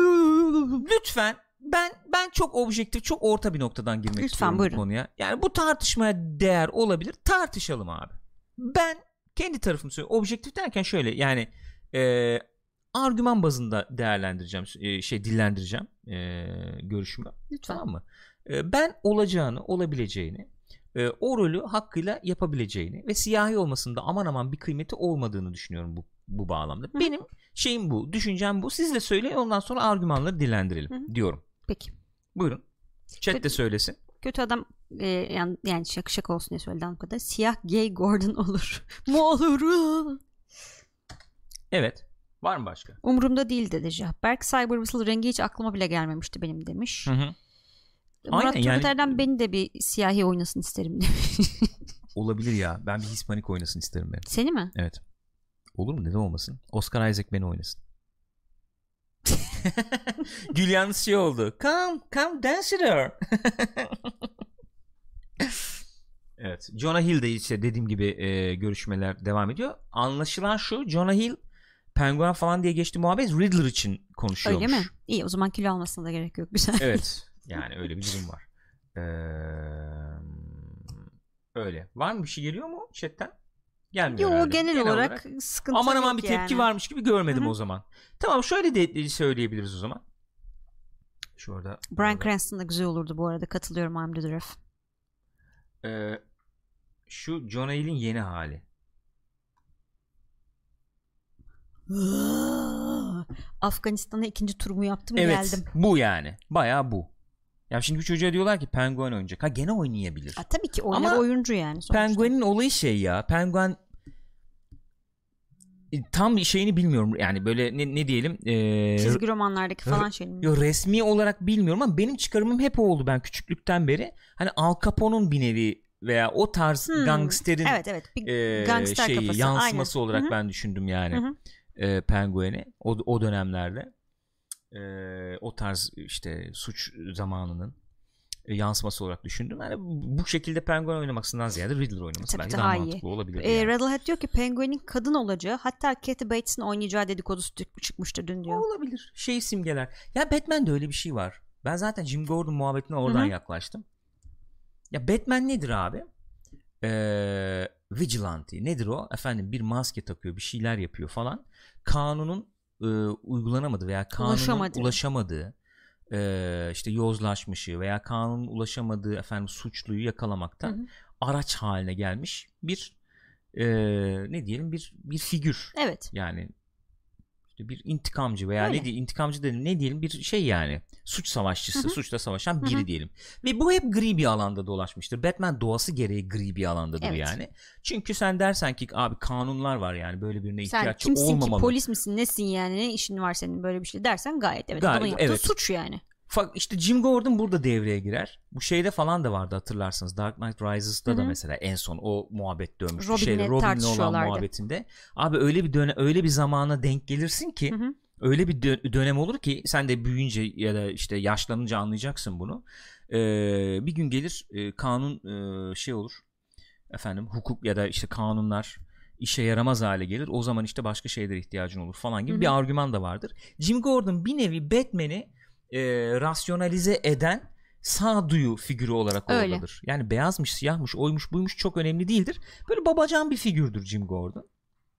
Lütfen ben ben çok objektif, çok orta bir noktadan girmek Lütfen, istiyorum buyurun. bu konuya. Yani bu tartışmaya değer olabilir. Tartışalım abi. Ben kendi tarafımı söylüyorum. Objektif derken şöyle yani e, argüman bazında değerlendireceğim, e, şey dillendireceğim e, görüşümü. Lütfen. Tamam mı? E, ben olacağını, olabileceğini, e, o rolü hakkıyla yapabileceğini ve siyahi olmasında aman aman bir kıymeti olmadığını düşünüyorum bu bu bağlamda. Hı. Benim şeyim bu, düşüncem bu. Siz de söyleyin, ondan sonra argümanları dillendirelim Hı. diyorum. Peki. Buyurun. Chat kötü, de söylesin. Kötü adam e, yani, yani şaka şaka olsun diye söyledi bu kadar. Siyah gay Gordon olur. Mu olur? Evet. Var mı başka? Umurumda değil dedi Jahberk. Cyber Whistle rengi hiç aklıma bile gelmemişti benim demiş. Hı hı. Murat Turgutay'dan yani... beni de bir siyahi oynasın isterim demiş. Olabilir ya. Ben bir Hispanik oynasın isterim ben. Seni mi? Evet. Olur mu? Neden olmasın? Oscar Isaac beni oynasın. Gül yalnız şey oldu. Come, come dance there. Evet. Jonah Hill de işte dediğim gibi e, görüşmeler devam ediyor. Anlaşılan şu, Jonah Hill Penguin falan diye geçti muhabbet, Riddler için konuşuyormuş. Öyle mi? İyi, o zaman kilo almasına da gerek yok. Güzel. Evet. Yani öyle bir durum var. Ee, öyle. Var mı bir şey, geliyor mu chatten? Gelmiyor Yo, herhalde. genel, genel olarak, olarak sıkıntı aman aman yok bir yani. tepki varmış gibi görmedim Hı-hı. o zaman. Tamam, şöyle de söyleyebiliriz o zaman. Şurada. Bryan Cranston da güzel olurdu bu arada. Katılıyorum I'm the Ref. Ee, şu Jonah Hill'in yeni hali. Afganistan'a ikinci turumu yaptım, evet, geldim. Evet, bu yani. Bayağı bu. Ya şimdi bir çocuğa diyorlar ki Penguin oynayacak. Ha, gene oynayabilir. Ha, tabii ki oynar, ama oyuncu yani sonuçta. Penguin'in olayı şey ya. Penguin tam şeyini bilmiyorum yani, böyle ne, ne diyelim e, çizgi romanlardaki falan şey mi? Yo, resmi olarak bilmiyorum ama benim çıkarımım hep o oldu ben küçüklükten beri. Hani Al Capone'un bir nevi veya o tarz hmm. gangsterin evet, evet. Bir e, gangster şeyi, kafası. yansıması Aynen. olarak Hı-hı. ben düşündüm yani e, Penguin'i o, o dönemlerde e, o tarz işte suç zamanının e, yansıması olarak düşündüm. Yani bu şekilde Penguin oynamasından ziyade Riddler oynaması tabii belki daha, daha mantıklı olabilir. E, yani. Rattlehead diyor ki Penguin'in kadın olacağı, hatta Kathy Bates'in oynayacağı dedikodusu çıkmıştı dün diyor. Olabilir. Şey simgeler. Ya Batman'de öyle bir şey var. Ben zaten Jim Gordon muhabbetine oradan Hı-hı. yaklaştım. Ya Batman nedir abi? Ee, vigilante. Nedir o? Efendim bir maske takıyor, bir şeyler yapıyor falan. Kanunun e, uygulanamadığı veya kanunun ulaşamadığı, ulaşamadığı e, işte yozlaşmışı veya kanunun ulaşamadığı efendim suçluyu yakalamaktan Hı-hı. araç haline gelmiş bir e, ne diyelim bir bir figür. Evet. Yani işte bir intikamcı veya Öyle. ne diye intikamcı dedim ne diyelim bir şey yani suç savaşçısı, Hı-hı. suçla savaşan biri Hı-hı. diyelim. Ve bu hep gri bir alanda dolaşmıştır. Batman doğası gereği gri bir alandadır evet. yani. Çünkü sen dersen ki abi kanunlar var yani böyle birine ihtiyaç sen olmamalı. Sen kimsin ki polis misin nesin yani ne işin var senin böyle bir şey dersen gayet evet. Gayet, adamın yaptığı evet. suç yani. İşte Jim Gordon burada devreye girer. Bu şeyde falan da vardı hatırlarsınız. Dark Knight Rises'da Hı-hı. da mesela en son o muhabbet dönmüş. Robin'le şeyle, Robin'le olan muhabbetinde. Abi öyle bir dönem öyle bir zamana denk gelirsin ki Hı-hı. öyle bir dö- dönem olur ki sen de büyüyünce ya da işte yaşlanınca anlayacaksın bunu. Ee, bir gün gelir e, kanun e, şey olur. Efendim hukuk ya da işte kanunlar işe yaramaz hale gelir. O zaman işte başka şeylere ihtiyacın olur falan gibi Hı-hı. bir argüman da vardır. Jim Gordon bir nevi Batman'i E, rasyonalize eden sağduyu figürü olarak oradadır. Yani beyazmış, siyahmış, oymuş, buymuş çok önemli değildir. Böyle babacan bir figürdür Jim Gordon.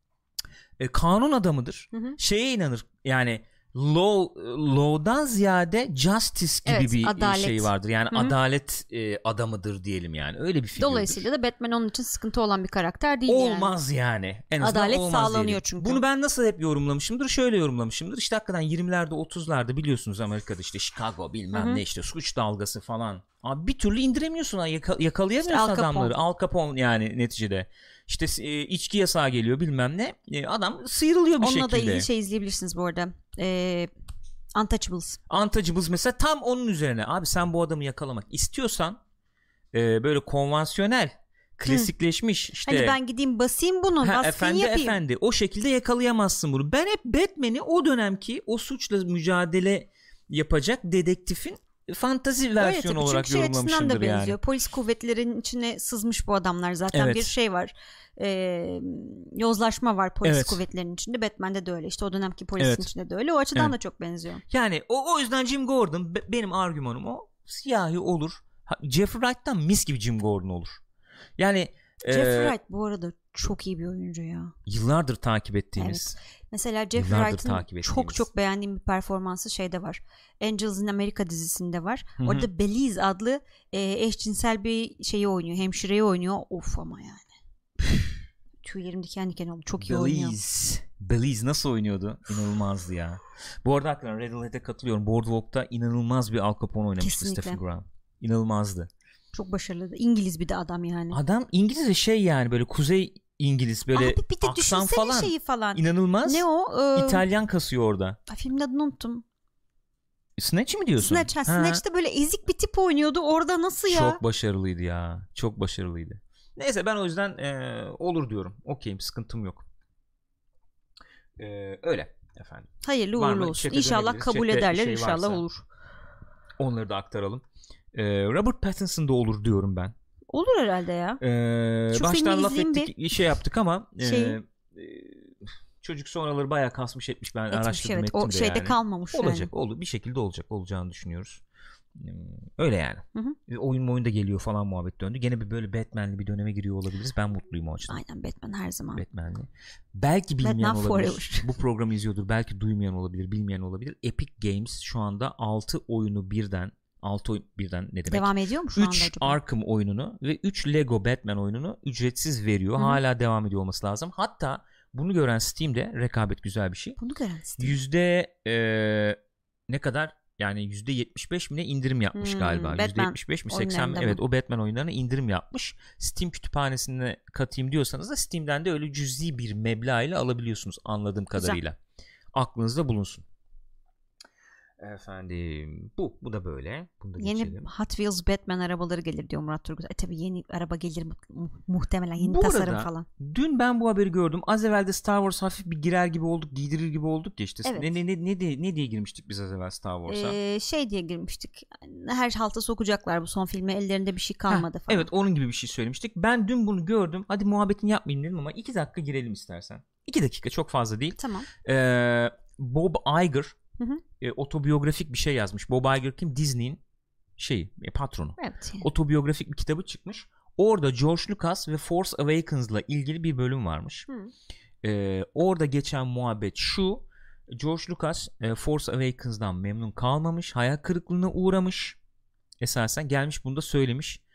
E, kanun adamıdır. Hı hı. Şeye inanır. Yani law law'dan ziyade justice gibi evet, bir adalet. şey vardır. Yani Hı-hı. adalet e, adamıdır diyelim yani. Öyle bir figürdür. Dolayısıyla da Batman onun için sıkıntı olan bir karakter değil olmaz yani. yani. En azından adalet olmaz sağlanıyor diyelim. çünkü. Bunu ben nasıl hep yorumlamışımdır? Şöyle yorumlamışımdır. İşte hakikaten yirmilerde otuzlarda biliyorsunuz Amerika'da işte Chicago bilmem Hı-hı. ne işte suç dalgası falan. Abi bir türlü indiremiyorsun. Yaka- yakalayamıyorsun işte adamları. Al Capone yani neticede. İşte e, içki yasağı geliyor bilmem ne. E, adam sıyrılıyor bir Onunla şekilde. Onunla da ilgili şey izleyebilirsiniz bu arada. Eee Untouchables. Untouchables mesela tam onun üzerine. Abi sen bu adamı yakalamak istiyorsan e, böyle konvansiyonel, klasikleşmiş Hı. işte. Hani ben gideyim basayım bunu, baskın efendi, yapayım. Efendi o şekilde yakalayamazsın bunu. Ben hep Batman'i o dönemki o suçla mücadele yapacak dedektifin fantazi versiyonu Öyle, olarak şey yorumlamışımdır yani. Polis kuvvetlerinin içine sızmış bu adamlar zaten evet. bir şey var. Ee, yozlaşma var polis evet. kuvvetlerinin içinde. Batman'de de öyle. İşte o dönemki polisin evet. içinde de öyle. O açıdan evet. da çok benziyor. Yani o, o yüzden Jim Gordon be, benim argümanım o. Siyahi olur. Jeffrey Wright'tan mis gibi Jim Gordon olur. Yani Jeffrey e, Wright bu arada çok iyi bir oyuncu ya. Yıllardır takip ettiğimiz. Evet. Mesela Jeffrey Wright'ın çok çok beğendiğim bir performansı şeyde var. Angels in America dizisinde var. Hı-hı. Orada Belize adlı e, eşcinsel bir şeyi oynuyor. Hemşireyi oynuyor. Of ama yani. Tüylerim diken diken oldu. Çok iyi Belize. oynuyor. Belize nasıl oynuyordu? İnanılmazdı ya. Bu arada hakikaten Radiohead'e katılıyorum. Boardwalk'ta inanılmaz bir Al Capone oynamıştı Stephen Graham. İnanılmazdı. Çok başarılıydı. İngiliz bir de adam yani. Adam İngiliz şey yani böyle Kuzey İngiliz böyle Abi bir de aksan falan. Şeyi falan. İnanılmaz. Ne o? Ee... İtalyan kasıyor orada. A, filmin adını unuttum. Snatch mi diyorsun? Snatch. Ha, Snatch'te böyle ezik bir tip oynuyordu. Orada nasıl ya? Çok başarılıydı ya. Çok başarılıydı. Neyse ben o yüzden e, olur diyorum. Okeyim, sıkıntım yok. E, öyle efendim. Hayırlı uğurlu olsun. İnşallah kabul Chat'te ederler. Şey İnşallah olur. Onları da aktaralım. E, Robert Pattinson da olur diyorum ben. Olur herhalde ya. Ee, baştan laf ettik, bir şey yaptık ama şey... e, çocuk sonraları bayağı kasmış etmiş. Ben etmiş, araştırdım evet. ettim o de şeyde yani. kalmamış. Olacak, yani. olur bir şekilde olacak, olacağını düşünüyoruz. Öyle yani. Hı hı. Oyun oyun da geliyor falan muhabbet döndü. Gene bir böyle Batman'li bir döneme giriyor olabiliriz. Ben mutluyum o açıdan. Aynen, Batman her zaman. Batman'li. Belki bilmeyen Batman olabilir. Forever. Bu programı izliyordur. Belki duymayan olabilir, bilmeyen olabilir. Epic Games şu anda altı oyunu birden altı oyun birden ne demek? Devam ediyor mu şu anda acaba? üç Arkham oyununu ve üç Lego Batman oyununu ücretsiz veriyor. Hı-hı. Hala devam ediyor olması lazım. Hatta bunu gören Steam'de rekabet güzel bir şey. Bunu gören Steam. Yüzde ee, ne kadar? Yani yüzde yetmiş beş mi ne indirim yapmış hmm, galiba. Yüzde yetmiş beş mi seksen mi? Evet, o Batman oyunlarına indirim yapmış. Steam kütüphanesine katayım diyorsanız da Steam'den de öyle cüzi bir meblağ ile alabiliyorsunuz anladığım kadarıyla. Güzel. Aklınızda bulunsun. Efendim bu bu da böyle. Bunu da yeni geçelim. Hot Wheels Batman arabaları gelir diyor Murat Turgut. E tabii yeni araba gelir mu- muhtemelen yeni bu tasarım arada, falan. Dün ben bu haberi gördüm. Az evvel de Star Wars hafif bir girer gibi olduk, giydirir gibi olduk ya işte. Evet. Ne ne ne ne diye, ne diye girmiştik biz az evvel Star Wars'a? Ee, şey diye girmiştik. Her halta sokacaklar bu son filme. Ellerinde bir şey kalmadı Heh, falan. Evet, onun gibi bir şey söylemiştik. Ben dün bunu gördüm. Hadi muhabbetini yapmayayım dedim ama iki dakika girelim istersen. iki dakika çok fazla değil. Tamam. Ee, Bob Iger Hı hı. E, otobiyografik bir şey yazmış. Bob Iger kim? Disney'in şeyi, e, patronu. Evet. Otobiyografik bir kitabı çıkmış. Orada George Lucas ve Force Awakens'la ilgili bir bölüm varmış. E, orada geçen muhabbet şu: George Lucas e, Force Awakens'dan memnun kalmamış, hayal kırıklığına uğramış. Esasen gelmiş bunu da söylemiş.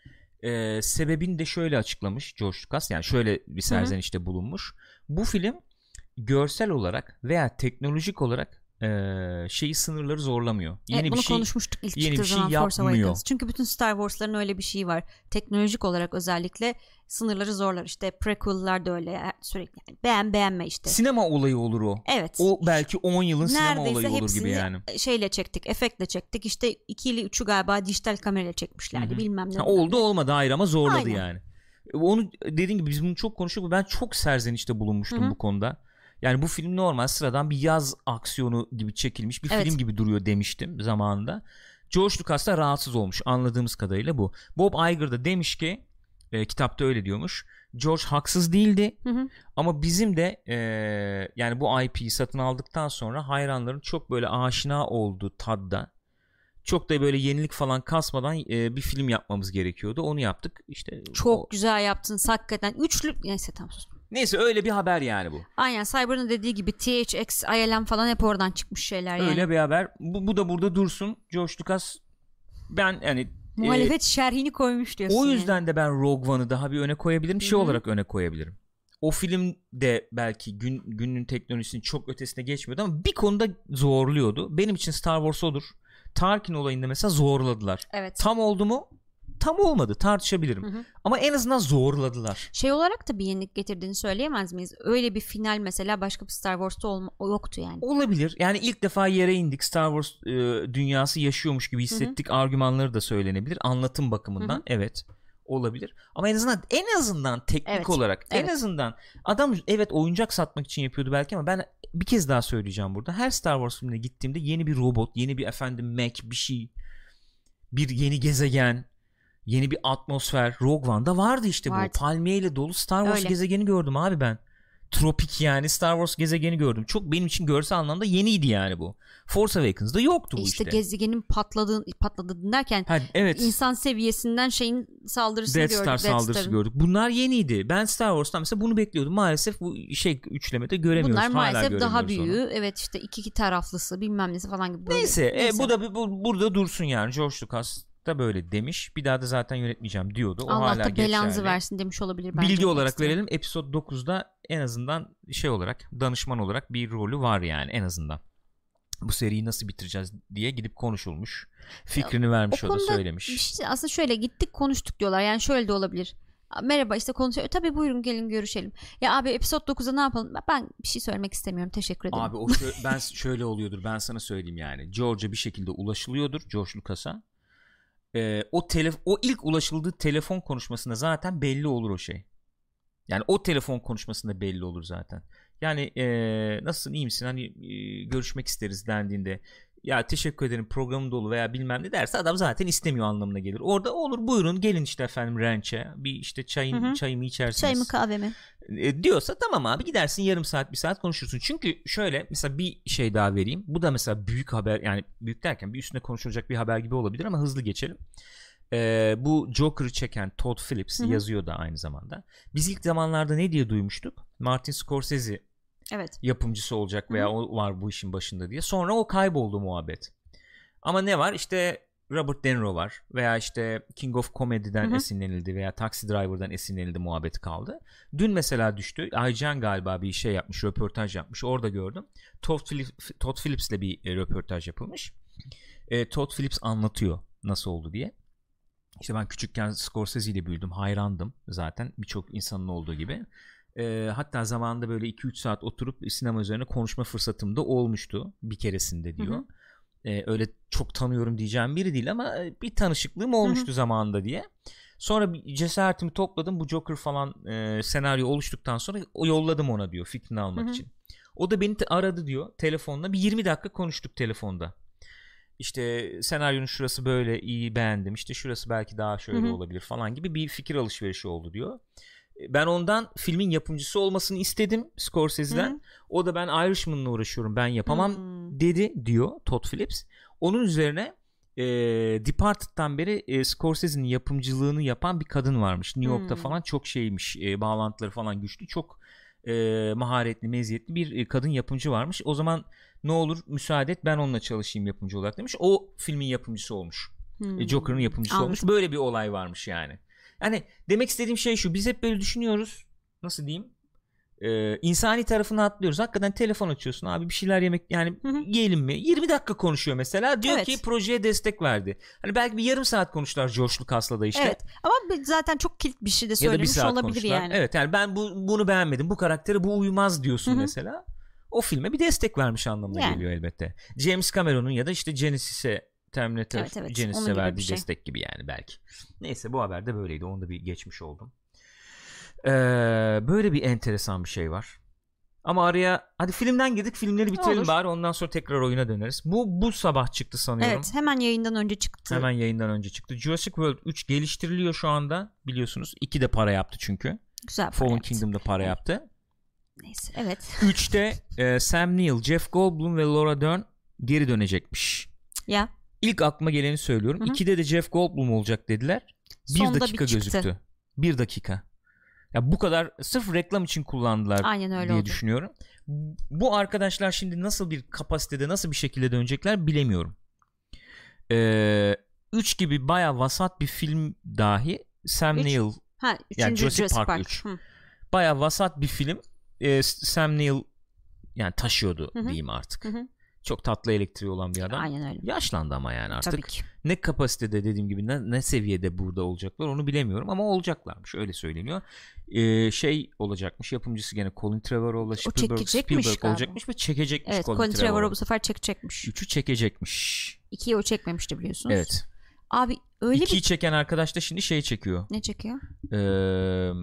Ee, sebebini de şöyle açıklamış George Lucas, yani şöyle bir serzenişte bulunmuş. Bu film görsel olarak veya teknolojik olarak e, şeyi sınırları zorlamıyor. Yeni evet, bir bunu şey, konuşmuştuk ilk yeni çıktığı bir şey zaman Force yapmıyor. Awakens. Çünkü bütün Star Wars'ların öyle bir şeyi var. Teknolojik olarak özellikle sınırları zorlar. İşte prequel'lar da öyle sürekli yani beğen beğenme işte. Sinema olayı olur o. Evet. O belki on yılın sinema neredeyse olayı olur gibi yani. Şeyle çektik, efektle çektik. İşte iki ile üçü galiba dijital kamerayla çekmişlerdi. Hı-hı. Bilmem ne. Ha, oldu olmadı ayrı ama zorladı Aynen. yani. Onu dediğin gibi biz bunu çok konuştuk. Ben çok serzenişte bulunmuştum Hı-hı. bu konuda. Yani bu film normal sıradan bir yaz aksiyonu gibi çekilmiş bir evet. film gibi duruyor demiştim zamanında. George Lucas da rahatsız olmuş, anladığımız kadarıyla bu. Bob Iger da demiş ki e, kitapta öyle diyormuş. George haksız değildi. Hı hı. Ama bizim de e, yani bu I P'yi satın aldıktan sonra hayranların çok böyle aşina olduğu tadda, çok da böyle yenilik falan kasmadan e, bir film yapmamız gerekiyordu. Onu yaptık. İşte çok o... güzel yaptın hakikaten. Üçlü neyse tamam sus. Neyse öyle bir haber yani bu. Aynen, Cyber'ın dediği gibi T H X, I L M falan hep oradan çıkmış şeyler yani. Öyle bir haber. Bu, bu da burada dursun. George Lucas ben yani muhalefet e, şerhini koymuş diyorsun. O yüzden yani. de ben Rogue One'ı daha bir öne koyabilirim. Hı-hı. Şey olarak öne koyabilirim. O film de belki gün, günün teknolojisinin çok ötesine geçmiyordu ama bir konuda zorluyordu. Benim için Star Wars odur. Tarkin olayında mesela zorladılar. Evet. Tam oldu mu? Tam olmadı, tartışabilirim. Hı hı. Ama en azından zorladılar. Şey olarak da bir yenilik getirdiğini söyleyemez miyiz? Öyle bir final mesela başka bir Star Wars'ta olma, yoktu yani. Olabilir. Yani ilk defa yere indik. Star Wars e, dünyası yaşıyormuş gibi hissettik. Hı hı. Argümanları da söylenebilir. Anlatım bakımından. Hı hı. Evet. Olabilir. Ama en azından en azından teknik evet. olarak evet. en azından adam evet oyuncak satmak için yapıyordu belki ama ben bir kez daha söyleyeceğim burada. Her Star Wars filmine gittiğimde yeni bir robot, yeni bir efendim Mac bir şey, bir yeni gezegen, yeni bir atmosfer. Rogue One'da vardı işte vardı. Bu. Palmiyeyle dolu Star Wars Öyle. gezegeni gördüm abi ben. Tropik yani Star Wars gezegeni gördüm. Çok benim için görsel anlamda yeniydi yani bu. Force Awakens'da yoktu bu işte. İşte gezegenin patladığını patladığını derken ha, evet. insan seviyesinden şeyin saldırısını Death gördük. Star saldırısı Star'ın. gördük. Bunlar yeniydi. Ben Star Wars'tan mesela bunu bekliyordum. Maalesef bu şey üçlemede göremiyoruz. Bunlar Hala maalesef daha büyüğü. Onu. Evet işte iki, iki taraflısı bilmem nesi falan gibi. Böyle. Neyse, Neyse. E, bu da bu, burada dursun yani. George Lucas da böyle demiş. Bir daha da zaten yönetmeyeceğim diyordu. O Allah hala da belanızı versin demiş olabilir bence. Bilgi olarak ekstra. verelim. Episode dokuzda en azından şey olarak, danışman olarak bir rolü var yani en azından. Bu seriyi nasıl bitireceğiz diye gidip konuşulmuş. Fikrini ya, vermiş, o, o da söylemiş. Şey, aslında şöyle gittik konuştuk diyorlar. Yani şöyle de olabilir. Merhaba işte konuşuyor. Tabii buyurun gelin görüşelim. Ya abi episode dokuzda ne yapalım? Ben bir şey söylemek istemiyorum. Teşekkür ederim. Abi o şö- ben şöyle oluyordur. Ben sana söyleyeyim yani. George'a bir şekilde ulaşılıyordur. George Lucas'a. Ee, o telef o ilk ulaşıldığı telefon konuşmasında zaten belli olur o şey. Yani o telefon konuşmasında belli olur zaten. Yani ee, nasılsın, iyi misin, hani e, görüşmek isteriz dendiğinde ya teşekkür ederim programım dolu veya bilmem ne derse adam zaten istemiyor anlamına gelir. Orada olur buyurun gelin işte efendim ranch'e bir işte çayın, hı hı. çayımı içersiniz. Çayımı kahvemi. E, diyorsa tamam abi gidersin yarım saat bir saat konuşursun. Çünkü şöyle mesela bir şey daha vereyim. Bu da mesela büyük haber, yani büyük derken bir üstüne konuşulacak bir haber gibi olabilir ama hızlı geçelim. Ee, bu Joker'ı çeken Todd Phillips, hı hı. yazıyor da aynı zamanda. Biz ilk zamanlarda ne diye duymuştuk? Martin Scorsese evet. yapımcısı olacak veya hı hı. o var bu işin başında diye. Sonra o kayboldu muhabbet. Ama ne var? İşte Robert De Niro var veya işte King of Comedy'den hı hı. esinlenildi veya Taxi Driver'dan esinlenildi muhabbeti kaldı. Dün mesela düştü. Aycan galiba bir şey yapmış, röportaj yapmış. Orada gördüm. Todd Phillips, Todd Phillips'le bir e, röportaj yapılmış. E, Todd Phillips anlatıyor nasıl oldu diye. İşte ben küçükken Scorsese ile büyüdüm. Hayrandım zaten. Birçok insanın olduğu gibi. E, hatta zamanında böyle iki üç saat oturup sinema üzerine konuşma fırsatım da olmuştu. Bir keresinde diyor. Hı hı. E, öyle çok tanıyorum diyeceğim biri değil ama bir tanışıklığım olmuştu hı hı. zamanında diye. Sonra bir cesaretimi topladım. Bu Joker falan e, senaryo oluştuktan sonra o yolladım ona diyor fikrini almak hı hı. için. O da beni te- aradı diyor telefonla. Bir yirmi dakika konuştuk telefonda. İşte senaryonun şurası böyle iyi beğendim. İşte şurası belki daha şöyle hı hı. olabilir falan gibi bir fikir alışverişi oldu diyor. Ben ondan filmin yapımcısı olmasını istedim Scorsese'den. Hı. O da ben Irishman'la uğraşıyorum ben yapamam Hı. dedi diyor Todd Phillips. Onun üzerine e, Departed'dan beri e, Scorsese'nin yapımcılığını yapan bir kadın varmış. New York'ta Hı. falan çok şeymiş, e, bağlantıları falan güçlü, çok e, maharetli, meziyetli bir e, kadın yapımcı varmış. O zaman ne olur müsaade et ben onunla çalışayım yapımcı olarak demiş. O filmin yapımcısı olmuş. E, Joker'ın yapımcısı Anladım. olmuş. Böyle bir olay varmış yani. hani demek istediğim şey şu, biz hep böyle düşünüyoruz, nasıl diyeyim, Ee, insani tarafını atlıyoruz. Hakikaten telefon açıyorsun abi, bir şeyler yemek yani hı hı. yiyelim mi? yirmi dakika konuşuyor mesela. Diyor evet. ki projeye destek verdi. Hani belki bir yarım saat konuştular George Lucas'la da işte. Evet. Ama zaten çok kilit bir şey de söylemiş olabilir konuştular. Yani. Evet yani ben bu, bunu beğenmedim. Bu karaktere bu uymaz diyorsun hı hı. mesela. O filme bir destek vermiş anlamına yani. Geliyor elbette. James Cameron'un ya da işte Genesis'e Terminator evet, evet. Genesis'e verdiği şey. Destek gibi yani belki. Neyse, bu haber de böyleydi. Onu da bir geçmiş oldum. Ee, böyle bir enteresan bir şey var. Ama araya hadi filmden girdik, filmleri bitirelim olur. Bari ondan sonra tekrar oyuna döneriz. Bu bu sabah çıktı sanıyorum. Evet, hemen yayından önce çıktı. Hemen yayından önce çıktı. Jurassic World üç geliştiriliyor şu anda biliyorsunuz. iki de para yaptı çünkü. Güzel para Fallen yaptı. Kingdom'da para evet. yaptı. Neyse evet. üçte e, Sam Neill, Jeff Goldblum ve Laura Dern geri dönecekmiş. Ya. İlk aklıma geleni söylüyorum. ikide de Jeff Goldblum olacak dediler. Bir Sonda dakika bir gözüktü. Bir dakika. Ya bu kadar sırf reklam için kullandılar diye oldu. Düşünüyorum. Bu arkadaşlar şimdi nasıl bir kapasitede, nasıl bir şekilde dönecekler bilemiyorum. Ee, üç gibi bayağı vasat bir film dahi Sam üç? Neill ha, yani Jurassic, Jurassic Park, Park üç. Hı. Bayağı vasat bir film. Ee, Sam Neill yani taşıyordu hı hı. diyeyim artık. Hı hı. Çok tatlı elektriği olan bir adam. Aynen öyle. Yaşlandı ama yani artık. Ne kapasitede dediğim gibi ne, ne seviyede burada olacaklar onu bilemiyorum ama olacaklarmış, öyle söyleniyor. Ee, şey olacakmış, yapımcısı gene Colin Trevorrow'la Spielberg, Spielberg olacakmış ve çekecekmiş evet, Colin, Colin Trevorrow bu sefer çekecekmiş. Üçü çekecekmiş. İkiyi o çekmemişti biliyorsunuz. Evet. Abi öyle İkiyi bir... çeken arkadaş da şimdi şey çekiyor. Ne çekiyor? Ee,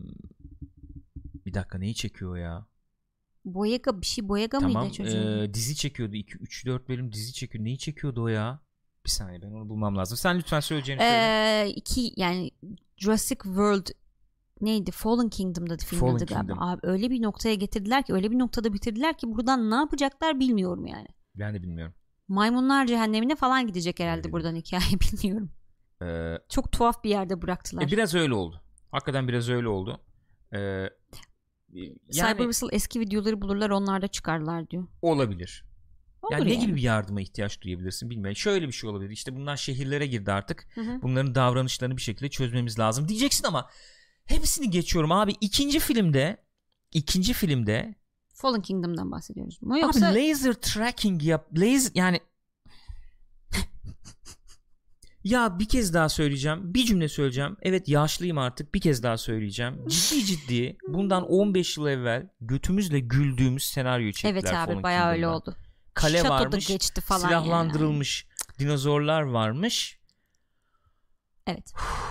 bir dakika neyi çekiyor ya? Boyega bir şey Boyega tamam, mıydı çocuğun? E, dizi çekiyordu. iki üç dört bölüm dizi çekiyor. Neyi çekiyordu o ya? Bir saniye, ben onu bulmam lazım. Sen lütfen söyleyeceğini ee, söyle. İki yani Jurassic World neydi? Fallen Kingdom'da film adı galiba. Abi öyle bir noktaya getirdiler ki, öyle bir noktada bitirdiler ki buradan ne yapacaklar bilmiyorum yani. Ben de bilmiyorum. Maymunlar cehennemine falan gidecek herhalde öyle buradan hikaye bilmiyorum. Ee, Çok tuhaf bir yerde bıraktılar. E, biraz öyle oldu. Hakikaten biraz öyle oldu. Ee, Yani, Cyber Whistle eski videoları bulurlar, onlar da çıkarlar diyor. Olabilir. Olur yani, yani ne gibi bir yardıma ihtiyaç duyabilirsin bilmiyorum. Şöyle bir şey olabilir. İşte bunlar şehirlere girdi artık. Hı hı. Bunların davranışlarını bir şekilde çözmemiz lazım diyeceksin ama hepsini geçiyorum abi. İkinci filmde ikinci filmde Fallen Kingdom'dan bahsediyoruz mu? Yoksa abi laser tracking yap. Laser yani ya bir kez daha söyleyeceğim. Bir cümle söyleyeceğim. Evet, yaşlıyım artık. Bir kez daha söyleyeceğim. Ciddi ciddi bundan on beş yıl evvel götümüzle güldüğümüz senaryoyu çektiler. Evet abi, bayağı öyle oldu. Kale Şatoda varmış. Geçti falan silahlandırılmış yani. Dinozorlar varmış. Evet.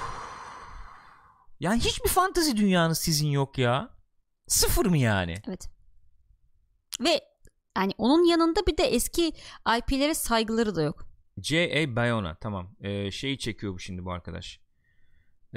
Yani hiçbir fantezi dünyanız sizin yok ya. Sıfır mı yani? Evet. Ve yani onun yanında bir de eski I P'lere saygıları da yok. J A. Bayona, tamam. Ee, şeyi çekiyor bu şimdi bu arkadaş. Ee,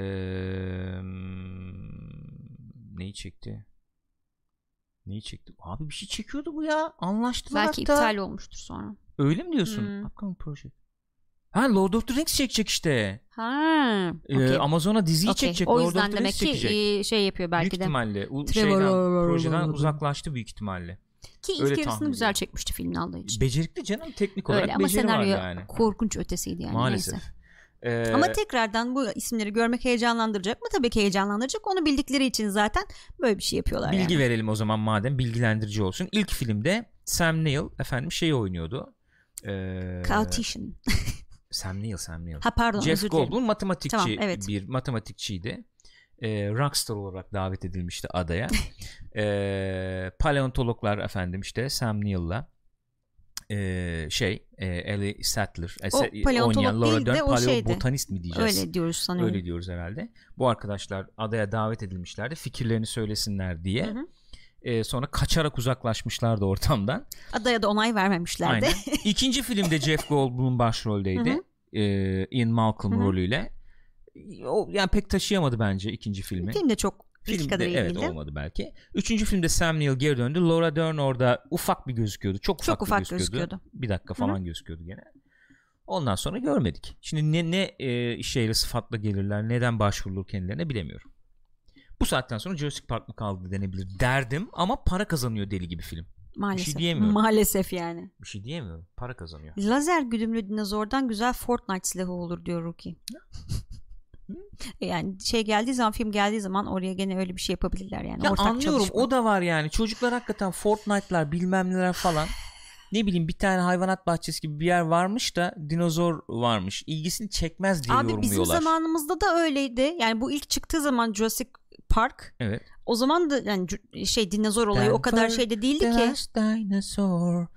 neyi çekti? Neyi çekti? Abi bir şey çekiyordu bu ya. Anlaştılar belki hatta. iptal olmuştur sonra. Öyle mi diyorsun? Hmm. Upcoming project. Ha, Lord of the Rings çekecek işte. Ha. Ee, okay. Amazon'a diziyi okay. çekecek. O yüzden demek ki şey yapıyor belki büyük de. Büyük ihtimalle. U- şeyden, projeden uzaklaştı büyük ihtimalle. Ki ilk Öyle yarısını güzel çekmişti filmin aldığı için. Becerikli canım, teknik olarak Öyle, beceri var yani. Ama korkunç ötesiydi yani. Maalesef. Neyse. Ee, Ama tekrardan bu isimleri görmek heyecanlandıracak mı? Tabii ki heyecanlandıracak. Onu bildikleri için zaten böyle bir şey yapıyorlar. Bilgi yani. verelim o zaman madem, bilgilendirici olsun. İlk filmde Sam Neill efendim şeyi oynuyordu. Ee, Cautician. Sam Neill, Sam Neill. Ha pardon, Jeff Goldblum matematikçi, tamam, evet. bir matematikçiydi. Ee, rockstar olarak davet edilmişti adaya. ee, paleontologlar efendim işte Sam Neill'la Ee, şey e, Ellie Sattler o e, paleontolog değil de o şeydi. Paleobotanist mi diyeceğiz? Öyle diyoruz sanıyorum. Öyle diyoruz herhalde. Bu arkadaşlar adaya davet edilmişlerdi. Fikirlerini söylesinler diye. Hı hı. Ee, sonra kaçarak uzaklaşmışlardı ortamdan. Adaya da onay vermemişlerdi. Aynen. İkinci filmde Jeff Goldblum başroldeydi. Hı hı. Ee, Ian Malcolm hı hı. rolüyle. O yani pek taşıyamadı bence ikinci filmi. Film de çok Filmde evet olmadı belki. Üçüncü filmde Sam Neill geri döndü. Laura Dern orada ufak bir gözüküyordu. Çok ufak, Çok ufak gözüküyordu. gözüküyordu. Bir dakika falan Hı-hı. gözüküyordu gene. Ondan sonra görmedik. Şimdi ne ne e, şeyle sıfatla gelirler, neden başvurulur kendilerine bilemiyorum. Bu saatten sonra Jurassic Park mı kaldı denebilir derdim ama para kazanıyor deli gibi film. Maalesef. Bir şey diyemiyorum. Maalesef yani. Bir şey diyemiyorum. Para kazanıyor. Lazer güdümlü dinozordan güzel Fortnite silahı olur diyor Rookie. Yani şey geldiği zaman, film geldiği zaman oraya gene öyle bir şey yapabilirler yani. Ya ortak anlıyorum, çalışma. o da var yani. Çocuklar hakikaten Fortnite'lar bilmem neler falan. Ne bileyim, bir tane hayvanat bahçesi gibi bir yer varmış da dinozor varmış. İlgisini çekmez diye Abi yorumluyorlar. bizim zamanımızda da öyleydi. Yani bu ilk çıktığı zaman Jurassic Park. Evet. O zaman da yani şey dinozor olayı o kadar şeyde değildi ki. Dinosaur.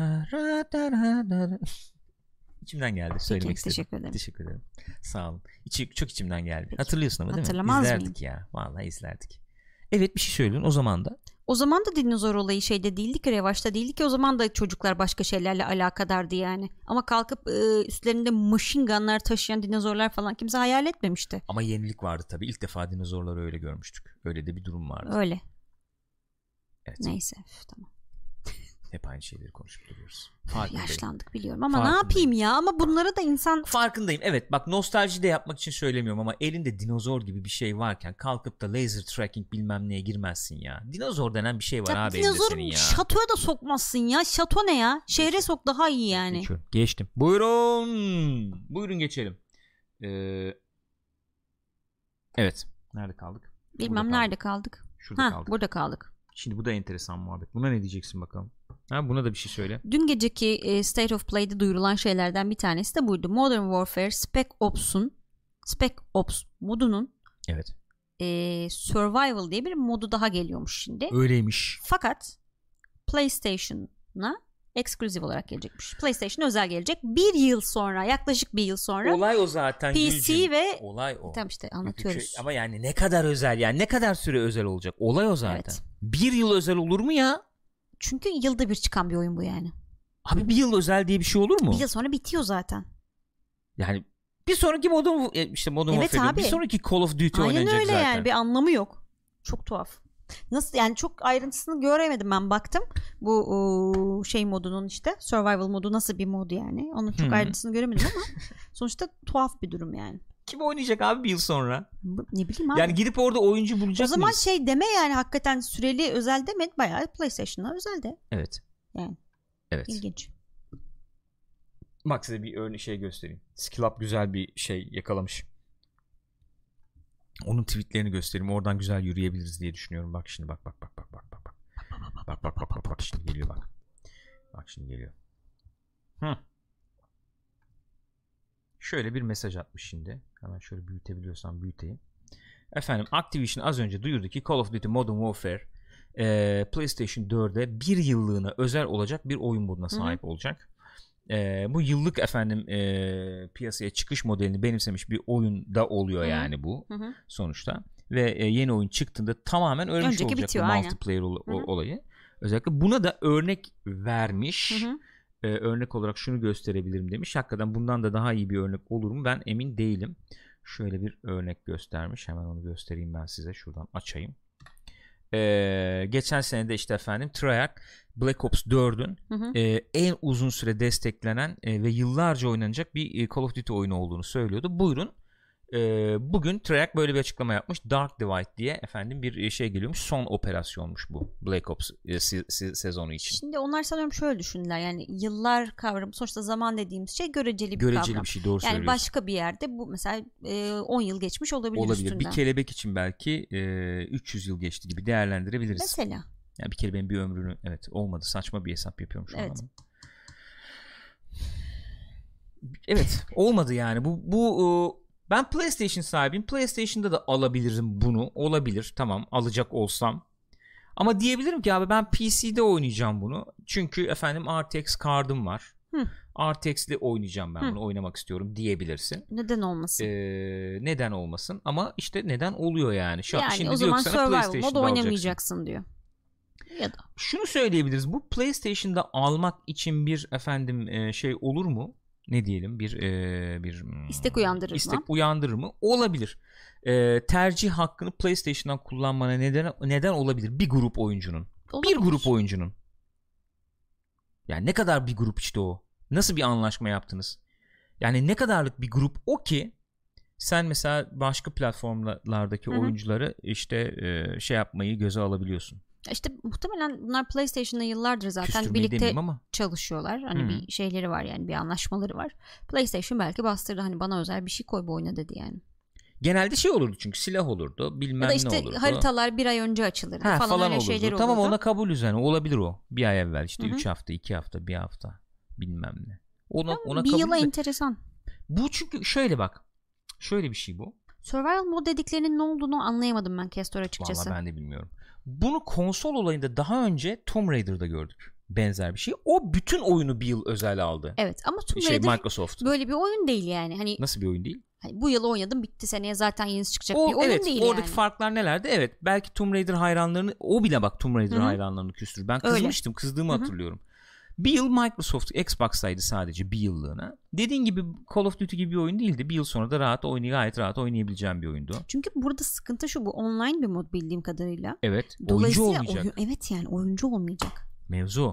İçimden geldi, söylemek Peki, istedim. teşekkür ederim. Teşekkür ederim. Sağ olun. İçi, çok içimden geldi. Peki. Hatırlıyorsun ama değil mi? Hatırlamaz İzlerdik mıyım? ya. Vallahi izlerdik. Evet, bir şey söylüyorsun o zaman da. O zaman da dinozor olayı şeyde değildi ki, revaçta değildi ki. O zaman da çocuklar başka şeylerle alakadardı yani. Ama kalkıp e, üstlerinde machine gunlar taşıyan dinozorlar falan kimse hayal etmemişti. Ama yenilik vardı tabii. İlk defa dinozorları öyle görmüştük. Öyle de bir durum vardı. Öyle. Evet. Neyse. Tamam. Hep aynı şeyleri konuşup duruyoruz. Yaşlandık biliyorum ama ne yapayım ya, ama bunları da insan... Farkındayım, evet, bak nostalji de yapmak için söylemiyorum ama elinde dinozor gibi bir şey varken kalkıp da laser tracking bilmem neye girmezsin ya. Dinozor denen bir şey var ya abi elinde senin ya. Şatoya da sokmazsın ya. Şato ne ya? Şehre Geçtim. Sok daha iyi yani. Geçiyorum. Geçtim. Buyurun. Buyurun geçelim. Ee, evet. Nerede kaldık? Bilmem burada nerede kaldık. kaldık. Şurada ha, kaldık. Burada kaldık. Şimdi bu da enteresan muhabbet. Buna ne diyeceksin bakalım? Ha, buna da bir şey söyle. Dün geceki e, State of Play'de duyurulan şeylerden bir tanesi de buydu. Modern Warfare Spec Ops'un Spec Ops modunun evet. e, Survival diye bir modu daha geliyormuş şimdi. Öyleymiş. Fakat PlayStation'a exclusive olarak gelecekmiş. PlayStation özel gelecek. Bir yıl sonra, yaklaşık bir yıl sonra. Olay o zaten. P C Gülcüm. ve olay o. Tamam işte anlatıyoruz. Şey, ama yani ne kadar özel, yani ne kadar süre özel olacak? Olay o zaten. Evet. Bir yıl özel olur mu ya? Çünkü yılda bir çıkan bir oyun bu yani. Abi bir yıl özel diye bir şey olur mu? Bir yıl sonra bitiyor zaten. Yani bir sonraki Modern işte Modern evet Warfare, abi. bir sonraki Call of Duty Aynen oynanacak öyle zaten. Yani bir anlamı yok. Çok tuhaf. Nasıl yani, çok ayrıntısını göremedim ben, baktım. Bu o, şey modunun işte survival modu nasıl bir mod yani. Onun çok hmm. ayrıntısını göremedim ama sonuçta tuhaf bir durum yani. Kim oynayacak abi bir yıl sonra? Ne bileyim abi. Yani gidip orada oyuncu bulacak O zaman mıyız? şey deme yani, hakikaten süreli özel deme, bayağı PlayStation'a özel de. Evet. Yani. Evet. İlginç. Bak size bir örnek şey göstereyim. Skill Up güzel bir şey yakalamış. Onun tweetlerini göstereyim. Oradan güzel yürüyebiliriz diye düşünüyorum. Bak şimdi bak bak bak bak bak bak. Bak bak bak bak bak şimdi geliyor bak. Bak şimdi geliyor. Hı. Şöyle bir mesaj atmış şimdi. Hemen şöyle büyütebiliyorsam büyüteyim. Efendim, Activision az önce duyurdu ki Call of Duty Modern Warfare e, PlayStation dörde bir yıllığına özel olacak bir oyun moduna sahip Hı-hı. olacak. E, bu yıllık efendim e, piyasaya çıkış modelini benimsemiş bir oyunda oluyor Hı-hı. yani bu Hı-hı. sonuçta. Ve e, yeni oyun çıktığında tamamen ölmüş Önceki olacak bitiyor, bu multiplayer ol- olayı. Özellikle buna da örnek vermiş. Hı-hı. Ee, örnek olarak şunu gösterebilirim demiş. Hakikaten bundan da daha iyi bir örnek olur mu? Ben emin değilim. Şöyle bir örnek göstermiş. Hemen onu göstereyim ben size. Şuradan açayım. Ee, geçen sene de işte efendim Treyarch Black Ops dördün hı hı. E, en uzun süre desteklenen e, ve yıllarca oynanacak bir e, Call of Duty oyunu olduğunu söylüyordu. Buyurun. Ee, bugün Treyarch böyle bir açıklama yapmış. Dark Divide diye efendim bir şey geliyormuş. Son operasyonmuş bu Black Ops e, se- se- sezonu için. Şimdi onlar sanıyorum şöyle düşündüler. Yani yıllar kavramı, sonuçta zaman dediğimiz şey göreceli bir göreceli kavram. bir şey, doğru yani söylüyorsun. Yani başka bir yerde bu mesela e, on yıl geçmiş olabilir, olabilir. üstünden. Bir kelebek için belki e, üç yüz yıl geçti gibi değerlendirebiliriz. Mesela. Yani bir kelebeğin bir ömrünü, evet, olmadı. Saçma bir hesap yapıyorum şu evet. an. Evet, olmadı yani. Bu bu o, ben PlayStation sahibiyim. PlayStation'da da alabilirim bunu. Olabilir. Tamam, alacak olsam. Ama diyebilirim ki abi ben P C'de oynayacağım bunu. Çünkü efendim R T X card'ım var. Hı. R T X'li oynayacağım ben Hı. bunu. Oynamak istiyorum diyebilirsin. Neden olmasın? Ee, neden olmasın? Ama işte neden oluyor yani? Şu, yani şimdi o zaman survival mod oynamayacaksın alacaksın diyor. Ya da. Şunu söyleyebiliriz. Bu PlayStation'da almak için bir efendim şey olur mu? Ne diyelim, bir e, bir istek uyandırır istek mı? uyandırır mı? Olabilir. E, tercih hakkını PlayStation'dan kullanmana neden neden olabilir bir grup oyuncunun. Olabilir. Bir grup oyuncunun. Yani ne kadar bir grup işte o. Nasıl bir anlaşma yaptınız? Yani ne kadarlık bir grup o ki sen mesela başka platformlardaki Hı-hı. oyuncuları işte e, şey yapmayı göze alabiliyorsun. İşte muhtemelen bunlar PlayStation'da yıllardır zaten Küstürmeyi birlikte ama. çalışıyorlar. Hani hmm. bir şeyleri var yani, bir anlaşmaları var. PlayStation belki bastırdı, hani bana özel bir şey koy bu oyuna dedi yani. Genelde şey olurdu çünkü silah olurdu, bilmem ya da ne işte olurdu. haritalar bir ay önce açılırdı ha, falan, falan öyle olurdu. şeyler olurdu. Tamam, ona kabul üzerine olabilir o. Bir ay evvel işte Hı-hı. üç hafta, iki hafta, bir hafta bilmem ne. Ona, ya, ona bir kabul yıla de... enteresan. Bu çünkü şöyle bak. Şöyle bir şey bu. Survival mod dediklerinin ne olduğunu anlayamadım ben Castor açıkçası. Vallahi ben de bilmiyorum. Bunu konsol olayında daha önce Tomb Raider'da gördük. Benzer bir şey. O bütün oyunu bir yıl özel aldı. Evet ama Tomb şey, Raider Microsoft. böyle bir oyun değil yani. Hani Nasıl bir oyun değil? Hani bu yıl oynadım bitti, seneye zaten yenisi çıkacak O, bir oyun evet, değil oradaki yani. farklar nelerdi? Evet, belki Tomb Raider hayranlarını, o bile bak Tomb Raider Hı-hı. hayranlarını küstürür. Ben kızmıştım, Öyle. kızdığımı Hı-hı. hatırlıyorum. Bir yıl Microsoft Xbox'taydı sadece, bir yıllığına. Dediğin gibi Call of Duty gibi bir oyun değildi. Bir yıl sonra da rahat oynay gayet rahat oynayabileceğim bir oyundu. Çünkü burada sıkıntı şu, bu online bir mod bildiğim kadarıyla. Evet, oyuncu olmayacak. Oyun, evet yani oyuncu olmayacak. Mevzu.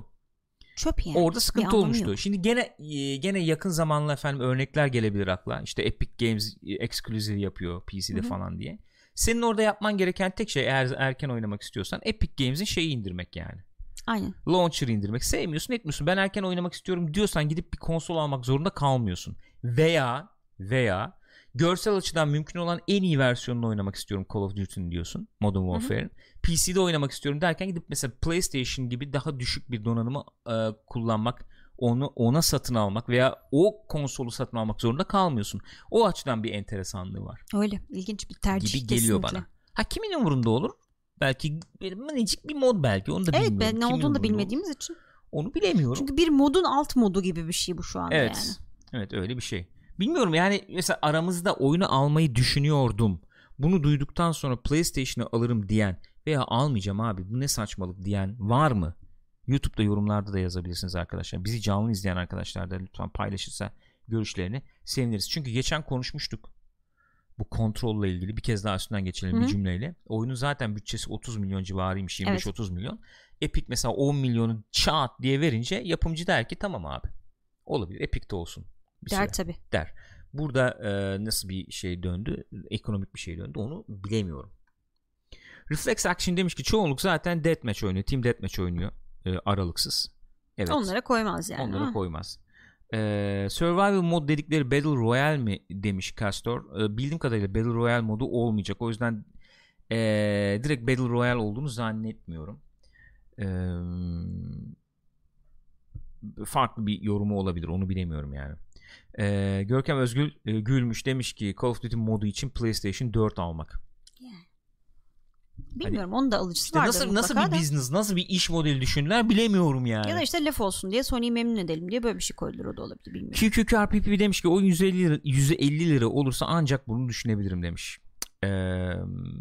Çöp yani. Orada sıkıntı olmuştu. Yok. Şimdi gene gene yakın zamanla efendim örnekler gelebilir akla. İşte Epic Games exclusive yapıyor P C'de Hı-hı. falan diye. Senin orada yapman gereken tek şey, eğer erken oynamak istiyorsan, Epic Games'in şeyi indirmek yani. Aynen. Launcher'ı indirmek. Sevmiyorsun, etmiyorsun. Ben erken oynamak istiyorum diyorsan gidip bir konsol almak zorunda kalmıyorsun. Veya veya görsel açıdan mümkün olan en iyi versiyonunu oynamak istiyorum Call of Duty'nin diyorsun, Modern Warfare'in. P C'de oynamak istiyorum derken gidip mesela PlayStation gibi daha düşük bir donanımı e, kullanmak, onu ona satın almak veya o konsolu satın almak zorunda kalmıyorsun. O açıdan bir enteresanlığı var. Öyle ilginç bir tercih gibi geliyor kesinlikle. bana. Ha, kimin umurunda olur? Belki minicik bir mod, belki onu da evet, bilmiyorum. Evet, ne kimin olduğunu da bilmediğimiz olur? için. Onu bilemiyorum. Çünkü bir modun alt modu gibi bir şey bu şu anda evet. yani. Evet, öyle bir şey. Bilmiyorum yani, mesela aramızda oyunu almayı düşünüyordum, bunu duyduktan sonra PlayStation'ı alırım diyen veya almayacağım abi bu ne saçmalık diyen var mı? YouTube'da yorumlarda da yazabilirsiniz arkadaşlar. Bizi canlı izleyen arkadaşlar da lütfen paylaşırsa görüşlerini seviniriz. Çünkü geçen konuşmuştuk bu kontrolle ilgili, bir kez daha üstünden geçelim. Hı-hı. Bir cümleyle. Oyunun zaten bütçesi otuz milyon civarıymış, yirmi beş otuz evet. milyon. Epic mesela on milyonu çat diye verince yapımcı der ki tamam abi, olabilir, Epic'te olsun. Bir der süre, tabii. Der. Burada e, nasıl bir şey döndü, ekonomik bir şey döndü, onu bilemiyorum. Reflex Action demiş ki çoğunluk zaten deathmatch oynuyor, team deathmatch oynuyor e, aralıksız. Evet. Onlara koymaz yani. Onlara ha? koymaz. E, survival mod dedikleri Battle Royale mi demiş Castor. E, bildiğim kadarıyla Battle Royale modu olmayacak. O yüzden e, direkt Battle Royale olduğunu zannetmiyorum. E, farklı bir yorumu olabilir, onu bilemiyorum yani. Ee, Görkem Özgül e, gülmüş, demiş ki Call of Duty modu için PlayStation dört almak. Yani. Bilmiyorum, hani, onun da alıcısı işte vardır nasıl, nasıl bir da. business, nasıl bir iş modeli düşündüler bilemiyorum yani. Ya da işte laf olsun diye Sony'yi memnun edelim diye böyle bir şey koydular, o da olabilir, bilmiyorum. Q Q Q R P P demiş ki o yüz elli lira, yüz elli lira olursa ancak bunu düşünebilirim demiş. Eee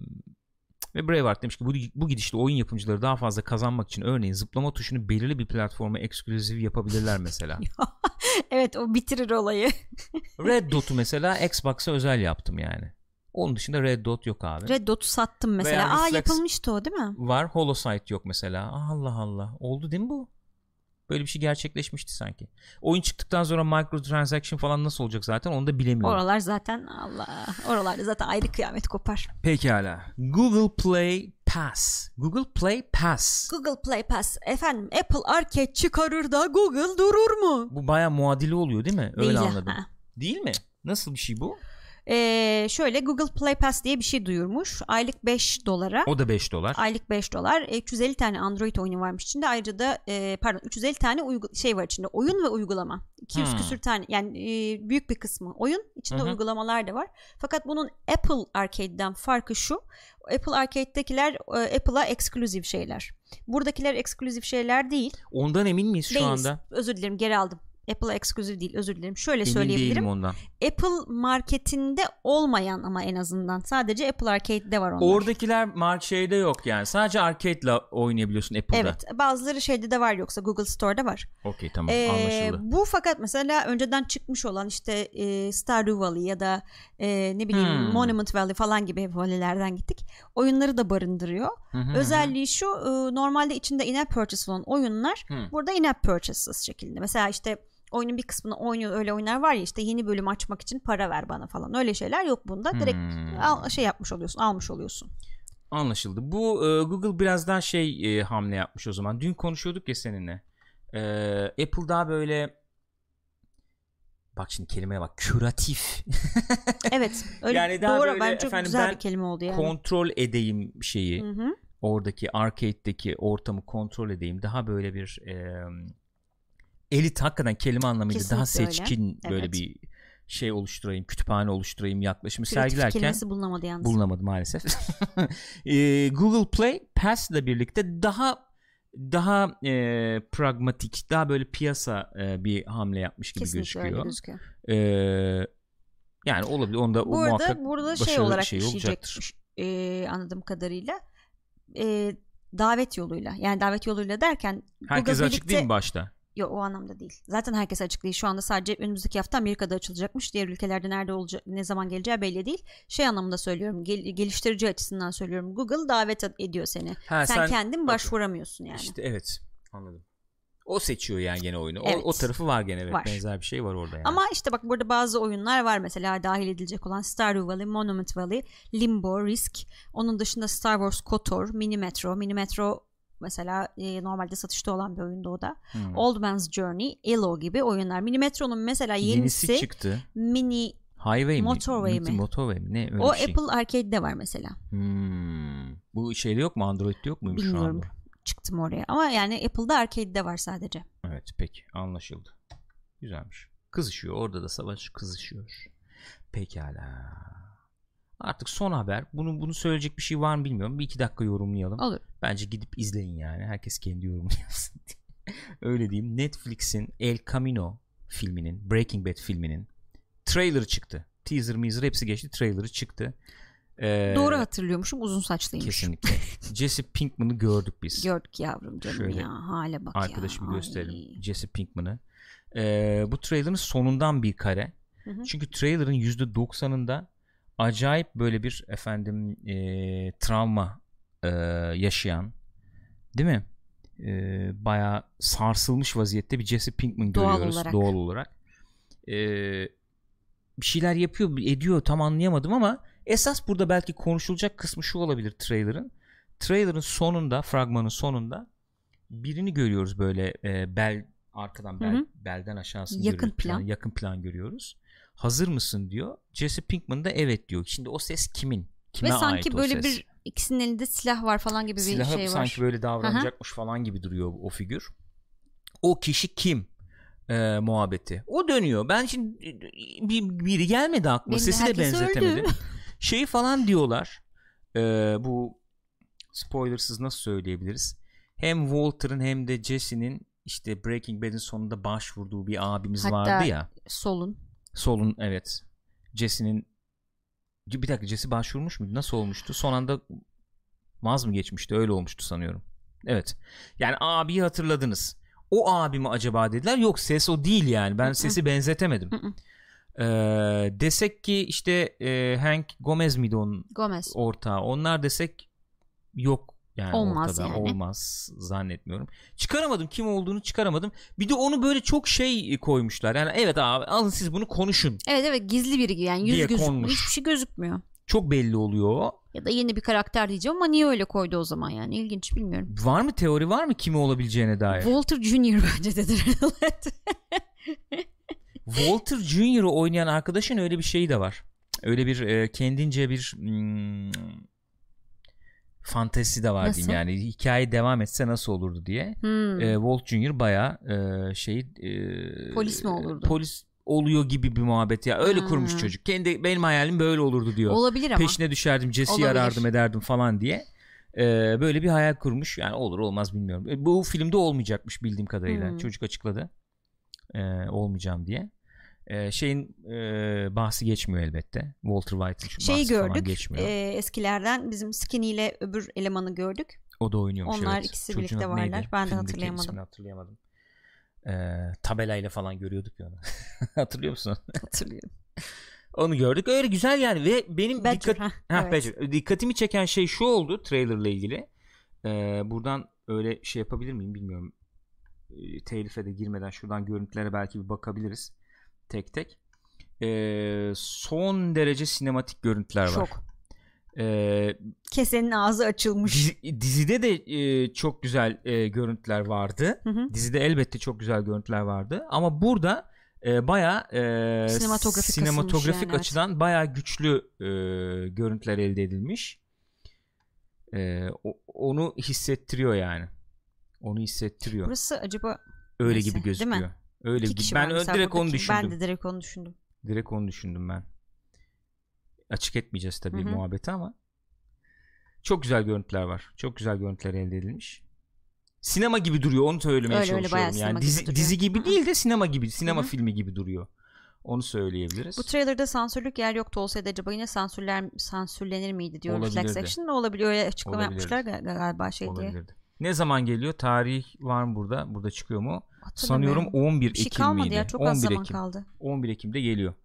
Ve Braveheart demiş ki bu, bu gidişle oyun yapımcıları daha fazla kazanmak için örneğin zıplama tuşunu belirli bir platforma eksklusif yapabilirler mesela. Evet, o bitirir olayı. Red Dot'u mesela Xbox'a özel yaptım yani. Onun dışında Red Dot yok abi. Red Dot'u sattım mesela. Veya Aa Reflex yapılmıştı o değil mi? Var. Holosight yok mesela. Allah Allah. Oldu değil mi bu? Böyle bir şey gerçekleşmişti sanki. Oyun çıktıktan sonra microtransaction falan nasıl olacak zaten onu da bilemiyorum. Oralar zaten Allah. Oralarda zaten ayrı kıyamet kopar. Pekala. Google Play Pass. Google Play Pass. Google Play Pass. Efendim Apple Arcade çıkarır da Google durur mu? Bu baya muadili oluyor değil mi? Öyle değil anladım. Ha. Değil mi? Nasıl bir şey bu? Ee, şöyle Google Play Pass diye bir şey duyurmuş. Aylık beş dolara. O da beş dolar. Aylık beş dolar. E, üç yüz elli tane Android oyunu varmış içinde. Ayrıca da e, pardon üç yüz elli tane uygu- şey var içinde. Oyun ve uygulama. iki yüz hmm. küsür tane. Yani e, büyük bir kısmı oyun. İçinde Hı-hı. uygulamalar da var. Fakat bunun Apple Arcade'den farkı şu. Apple Arcade'dekiler e, Apple'a eksklusif şeyler. Buradakiler eksklusif şeyler değil. Ondan emin miyiz şu Değiliz. anda? Özür dilerim, geri aldım. Apple'a eksklusif değil, özür dilerim. Şöyle Emin söyleyebilirim. Ondan. Apple marketinde olmayan ama en azından sadece Apple Arcade'de var onlar. Oradakiler mark şeyde yok yani. Sadece arcade'le oynayabiliyorsun Apple'da. Evet, bazıları şeyde de var, yoksa Google Store'da var. Okey, tamam, ee, anlaşıldı. Bu fakat mesela önceden çıkmış olan işte e, Stardew Valley ya da e, ne bileyim hmm. Monument Valley falan gibi valleylerden gittik. Oyunları da barındırıyor. Hı hı, Özelliği şu, e, normalde içinde in-app purchase olan oyunlar hı. burada in-app purchase'sız şekilde. Mesela işte oyunun bir kısmını oynuyor, öyle oyunlar var ya, işte yeni bölüm açmak için para ver bana falan, öyle şeyler yok bunda. Direkt hmm. al, şey yapmış oluyorsun, almış oluyorsun. Anlaşıldı. Bu e, Google birazdan şey e, hamle yapmış o zaman. Dün konuşuyorduk ya seninle. E, Apple daha böyle bak şimdi kelimeye bak, küratif. Evet öyle, yani daha doğru, böyle, bence çok efendim, güzel ben bir kelime oldu yani. Kontrol edeyim şeyi. Hı hı. Oradaki arcade'deki ortamı kontrol edeyim. Daha böyle bir e, elit, hakikaten kelime anlamıyla Kesinlikle daha seçkin öyle. böyle Evet. bir şey oluşturayım, kütüphane oluşturayım yaklaşımı Kreatif sergilerken kelimesi bulunamadı yalnız. bulunamadı maalesef. e, Google Play Pass ile birlikte daha daha e, pragmatik, daha böyle piyasa e, bir hamle yapmış gibi Kesinlikle öyle gözüküyor. gözüküyor. E, yani olabilir. Onda Bu o arada muhakkak burada şey başarılı olarak şey işleyecek e, anladığım kadarıyla e, davet yoluyla. Yani davet yoluyla derken herkes Google açık birlikte... değil mi başta? Yok, o anlamda değil. Zaten herkes açık değil. Şu anda sadece önümüzdeki hafta Amerika'da açılacakmış. Diğer ülkelerde nerede olacak, ne zaman geleceği belli değil. Şey anlamında söylüyorum. Gel, geliştirici açısından söylüyorum. Google davet ediyor seni. Ha, sen, sen kendin başvuramıyorsun yani. İşte evet. Anladım. O seçiyor yani gene oyunu. O, Evet. o tarafı var gene. Evet. Var. Benzer bir şey var orada yani. Ama işte bak, burada bazı oyunlar var mesela dahil edilecek olan Stardew Valley, Monument Valley, Limbo, Risk. Onun dışında Star Wars KOTOR, Mini Metro. Mini Metro mesela e, normalde satışta olan bir oyundu o da. Hmm. Old Man's Journey, Elo gibi oyunlar. Mini Metro'nun mesela yenisi, yenisi çıktı. Mini Highway Motorway mi? mi? Motorway mi? Ne öyle o bir şey. Apple Arcade'de var mesela. Hmm. Bu şeyde yok mu? Android'de yok muymuş bilmiyorum. şu anda? Çıktım oraya. Ama yani Apple'da Arcade'de var sadece. Evet, peki, anlaşıldı. Güzelmiş. Kızışıyor. Orada da savaş kızışıyor. Pekala. Artık son haber. Bunu bunu söyleyecek bir şey var mı bilmiyorum. Bir iki dakika yorumlayalım. Olur. Bence gidip izleyin yani. Herkes kendi yorumunu yapsın. Öyle diyeyim. Netflix'in El Camino filminin, Breaking Bad filminin trailer'ı çıktı. Teaser, measer hepsi geçti. Trailer'ı çıktı. Ee, Doğru hatırlıyormuşum. Uzun saçlıymış. Kesinlikle. Jesse Pinkman'ı gördük biz. Gördük yavrum canım. Şöyle ya. Hale bak arkadaşımı ya. gösterelim. Ay. Jesse Pinkman'ı. Ee, bu trailer'ın sonundan bir kare. Hı hı. Çünkü trailer'ın yüzde doksanında acayip böyle bir efendim e, travma e, yaşayan, değil mi? E, bayağı sarsılmış vaziyette bir Jesse Pinkman doğal görüyoruz olarak. doğal olarak. E, bir şeyler yapıyor, ediyor, tam anlayamadım ama esas burada belki konuşulacak kısmı şu olabilir trailer'ın. Trailer'ın sonunda, fragmanın sonunda birini görüyoruz böyle e, bel arkadan bel, hı hı. belden aşağısını yakın görüyoruz. plan. Yani yakın plan görüyoruz. Hazır mısın diyor. Jesse Pinkman da evet diyor. Şimdi o ses kimin? Kime Ve ait sanki o böyle ses? bir ikisinin elinde silah var falan gibi Silahı bir şey var. sanki böyle davranacakmış Aha. falan gibi duruyor o figür. O kişi kim? Ee, muhabbeti. O dönüyor. Ben şimdi bir, biri gelmedi aklıma. Benim sesi de benzetemedim. Şeyi falan diyorlar. E, bu spoilersız nasıl söyleyebiliriz? Hem Walter'ın hem de Jesse'nin işte Breaking Bad'in sonunda başvurduğu bir abimiz hatta vardı ya. Sol'un. Sol'un evet. Jesse'nin bir dakika, Jesse başvurmuş muydu? Nasıl olmuştu? Son anda vaz mı geçmişti? Öyle olmuştu sanıyorum. Evet. Yani abiyi hatırladınız. O abi mi acaba dediler. Yok, ses o değil yani. Ben sesi benzetemedim. Ee, desek ki işte e, Hank Gomez miydi onun Gomez. ortağı? Onlar desek yok yani, olmaz ortada yani. olmaz zannetmiyorum. Çıkaramadım, kim olduğunu çıkaramadım. Bir de onu böyle çok şey koymuşlar. Yani evet abi, alın siz bunu konuşun. Evet evet, gizli biri gibi yani, yüz gözükmüyor. Hiçbir şey gözükmüyor. Çok belli oluyor o. Ya da yeni bir karakter diyeceğim ama niye öyle koydu o zaman yani, ilginç, bilmiyorum. Var mı teori, var mı kimi olabileceğine dair? Walter Junior bence dedir. Walter Junior'ı oynayan arkadaşın öyle bir şeyi de var. Öyle bir e, kendince bir hmm, fantezisi de var diyeyim yani. Hikaye devam etse nasıl olurdu diye. Hmm. E, Walt Junior bayağı e, şey e, polis mi olurdu? Polis oluyor gibi bir muhabbet ya. Öyle hmm. kurmuş çocuk. Kendi benim hayalim böyle olurdu diyor. Olabilir ama. Peşine düşerdim, Jesse'yi arardım ederdim falan diye. E, böyle bir hayal kurmuş. Yani olur olmaz bilmiyorum. E, bu filmde olmayacakmış bildiğim kadarıyla. Hmm. Çocuk açıkladı. E, olmayacağım diye. Ee, şeyin e, bahsi geçmiyor elbette. Walter White'ın şu şeyi bahsi gördük, falan geçmiyor. E, eskilerden bizim Skinny ile öbür elemanı gördük. O da oynuyormuş. Onlar evet. ikisi Çocuğun birlikte varlar. neydi? Ben de Filmdeki hatırlayamadım. hatırlayamadım. Ee, tabelayla falan görüyorduk ya onu. Hatırlıyor musun? Hatırlıyorum. Onu gördük. Öyle güzel yani ve benim Badger, dikkat ha, ha, evet. Badger. dikkatimi çeken şey şu oldu trailerla ilgili. Ee, buradan öyle şey yapabilir miyim bilmiyorum. E, telife de girmeden şuradan görüntülere belki bir bakabiliriz. Tek tek. Ee, son derece sinematik görüntüler çok. var. Ee, Kesenin ağzı açılmış. Dizi, dizide de e, çok güzel e, görüntüler vardı. Hı hı. Dizide elbette çok güzel görüntüler vardı. Ama burada e, bayağı e, sinematografik, sinematografik yani, açıdan evet. bayağı güçlü e, görüntüler elde edilmiş. E, o, onu hissettiriyor yani. Onu hissettiriyor. Burası acaba öyle neyse, gibi gözüküyor. Öyle gibi. Ben direkt buradaki. onu düşündüm. Ben de direkt onu düşündüm. Direkt onu düşündüm ben. Açık etmeyeceğiz tabii Hı-hı. muhabbeti ama çok güzel görüntüler var. Çok güzel görüntüler elde edilmiş. Sinema gibi duruyor. Onu söylemeye öyle, çalışıyorum. Öyle, yani dizi gibi, dizi gibi değil de sinema gibi, sinema Hı-hı. filmi gibi duruyor. Onu söyleyebiliriz. Bu trailer'da sansürlük yer yoktu olsaydı acaba yine sansürler sansürlenir miydi diyor. Reflex Action ne olabiliyor? Öyle açıklama yapmışlar galiba şey Olabilirdi. diye. Ne zaman geliyor? Tarih var mı burada? Burada çıkıyor mu? Sanıyorum on bir şey Ekim miydi? Ya, çok az zaman Ekim. kaldı. on bir Ekim'de geliyor.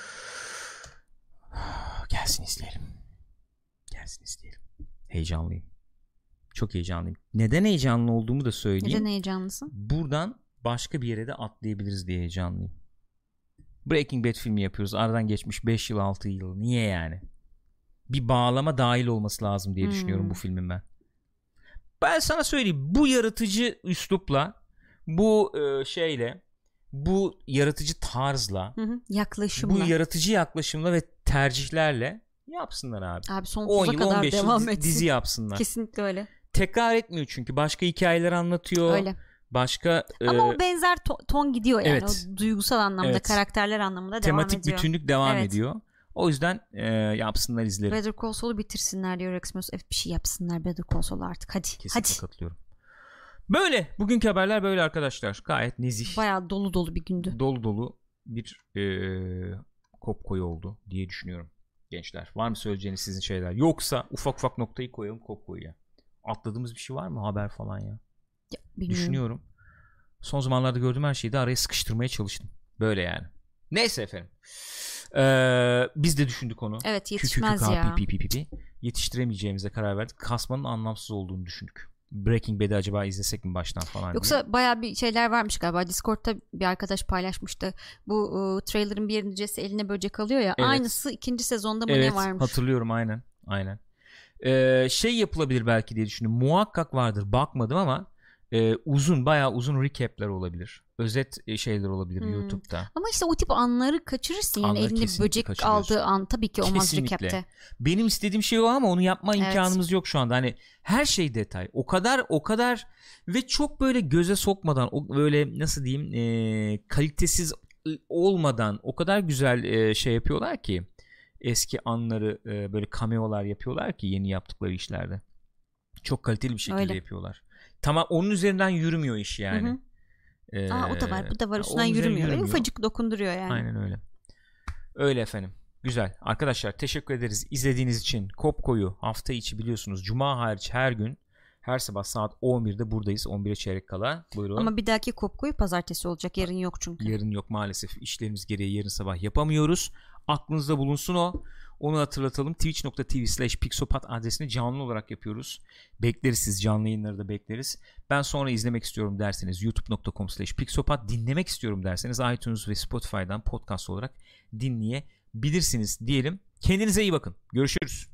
Gelsin izleyelim. Gelsin izleyelim. Heyecanlıyım. Çok heyecanlıyım. Neden heyecanlı olduğumu da söyleyeyim. Neden heyecanlısın? Buradan başka bir yere de atlayabiliriz diye heyecanlıyım. Breaking Bad filmi yapıyoruz. Aradan geçmiş beş yıl altı yıl. Niye yani? Bir bağlama dahil olması lazım diye hmm. düşünüyorum bu filmin ben. Ben sana söyleyeyim. Bu yaratıcı üslupla, bu e, şeyle, bu yaratıcı tarzla, hı hı, yaklaşımla, bu yaratıcı yaklaşımla ve tercihlerle yapsınlar abi. Abi sonsuza yıl, kadar devam etsin. Dizi yapsınlar. Kesinlikle öyle. Tekrar etmiyor çünkü. Başka hikayeler anlatıyor. Öyle. Başka ama e, o benzer ton, ton gidiyor yani. Evet. O duygusal anlamda, evet. karakterler anlamında Tematik devam ediyor. Tematik bütünlük devam evet. ediyor. O yüzden e, yapsınlar izlerim. Better Call Saul'u bitirsinler diyor Rex Moss. Bir şey yapsınlar Better Call Saul'u artık. Hadi. Kesinlikle hadi. katılıyorum. Böyle. Bugünkü haberler böyle arkadaşlar. Gayet nezih. Bayağı dolu dolu bir gündü. Dolu dolu bir e, kopkoyu oldu diye düşünüyorum. Gençler. Var mı söyleyeceğiniz sizin şeyler? Yoksa ufak ufak noktayı koyalım kopkoyuya. Atladığımız bir şey var mı? Haber falan ya. ya Düşünüyorum. Son zamanlarda gördüğüm her şeyi de araya sıkıştırmaya çalıştım. Böyle yani. Neyse efendim. Ee, biz de düşündük onu. Evet, yetişmez Kü- kü- ya. Pi- pi- pi- pi- Yetiştiremeyeceğimize karar verdik. Kasmanın anlamsız olduğunu düşündük. Breaking Bad'i acaba izlesek mi baştan falan Yoksa diye. bayağı bir şeyler varmış galiba. Discord'da bir arkadaş paylaşmıştı. Bu uh, trailer'ın bir yerinde Jesse eline böcek alıyor ya. Evet. Aynısı ikinci sezonda mı evet, ne varmış? Hatırlıyorum aynen. Aynen. Ee, şey yapılabilir belki diye düşündüm. Muhakkak vardır. Bakmadım ama e, uzun bayağı uzun recap'ler olabilir. Özet şeyler olabilir hmm. YouTube'da. Ama işte o tip anları kaçırırsın. Yani anları elinde böcek aldığı an tabii ki olmaz kesinlikle. Recap'te. Benim istediğim şey o ama onu yapma evet. imkanımız yok şu anda. Hani her şey detay. O kadar o kadar ve çok böyle göze sokmadan o böyle nasıl diyeyim e, kalitesiz olmadan o kadar güzel e, şey yapıyorlar ki eski anları e, böyle cameo'lar yapıyorlar ki yeni yaptıkları işlerde. Çok kaliteli bir şekilde öyle. Yapıyorlar. Tamam onun üzerinden yürümüyor iş yani. Hı hı. Ee, Aa, o da var bu da var üstünden yürümüyor. yürümüyor. Ufacık dokunduruyor yani. Aynen öyle. Öyle efendim. Güzel. Arkadaşlar teşekkür ederiz izlediğiniz için. Kopko'yu hafta içi biliyorsunuz. Cuma hariç her gün her sabah saat on birde buradayız. on bire çeyrek kala. Buyurun. Ama bir dahaki Kopko'yu pazartesi olacak. Yarın yok çünkü. Yarın yok maalesef. İşlerimiz gereği yarın sabah yapamıyoruz. Aklınızda bulunsun o. Onu hatırlatalım. twitch nokta tv slash pixopat adresini canlı olarak yapıyoruz. Bekleriz siz. Canlı yayınları da bekleriz. Ben sonra izlemek istiyorum derseniz youtube nokta com slash pixopat dinlemek istiyorum derseniz iTunes ve Spotify'dan podcast olarak dinleyebilirsiniz diyelim. Kendinize iyi bakın. Görüşürüz.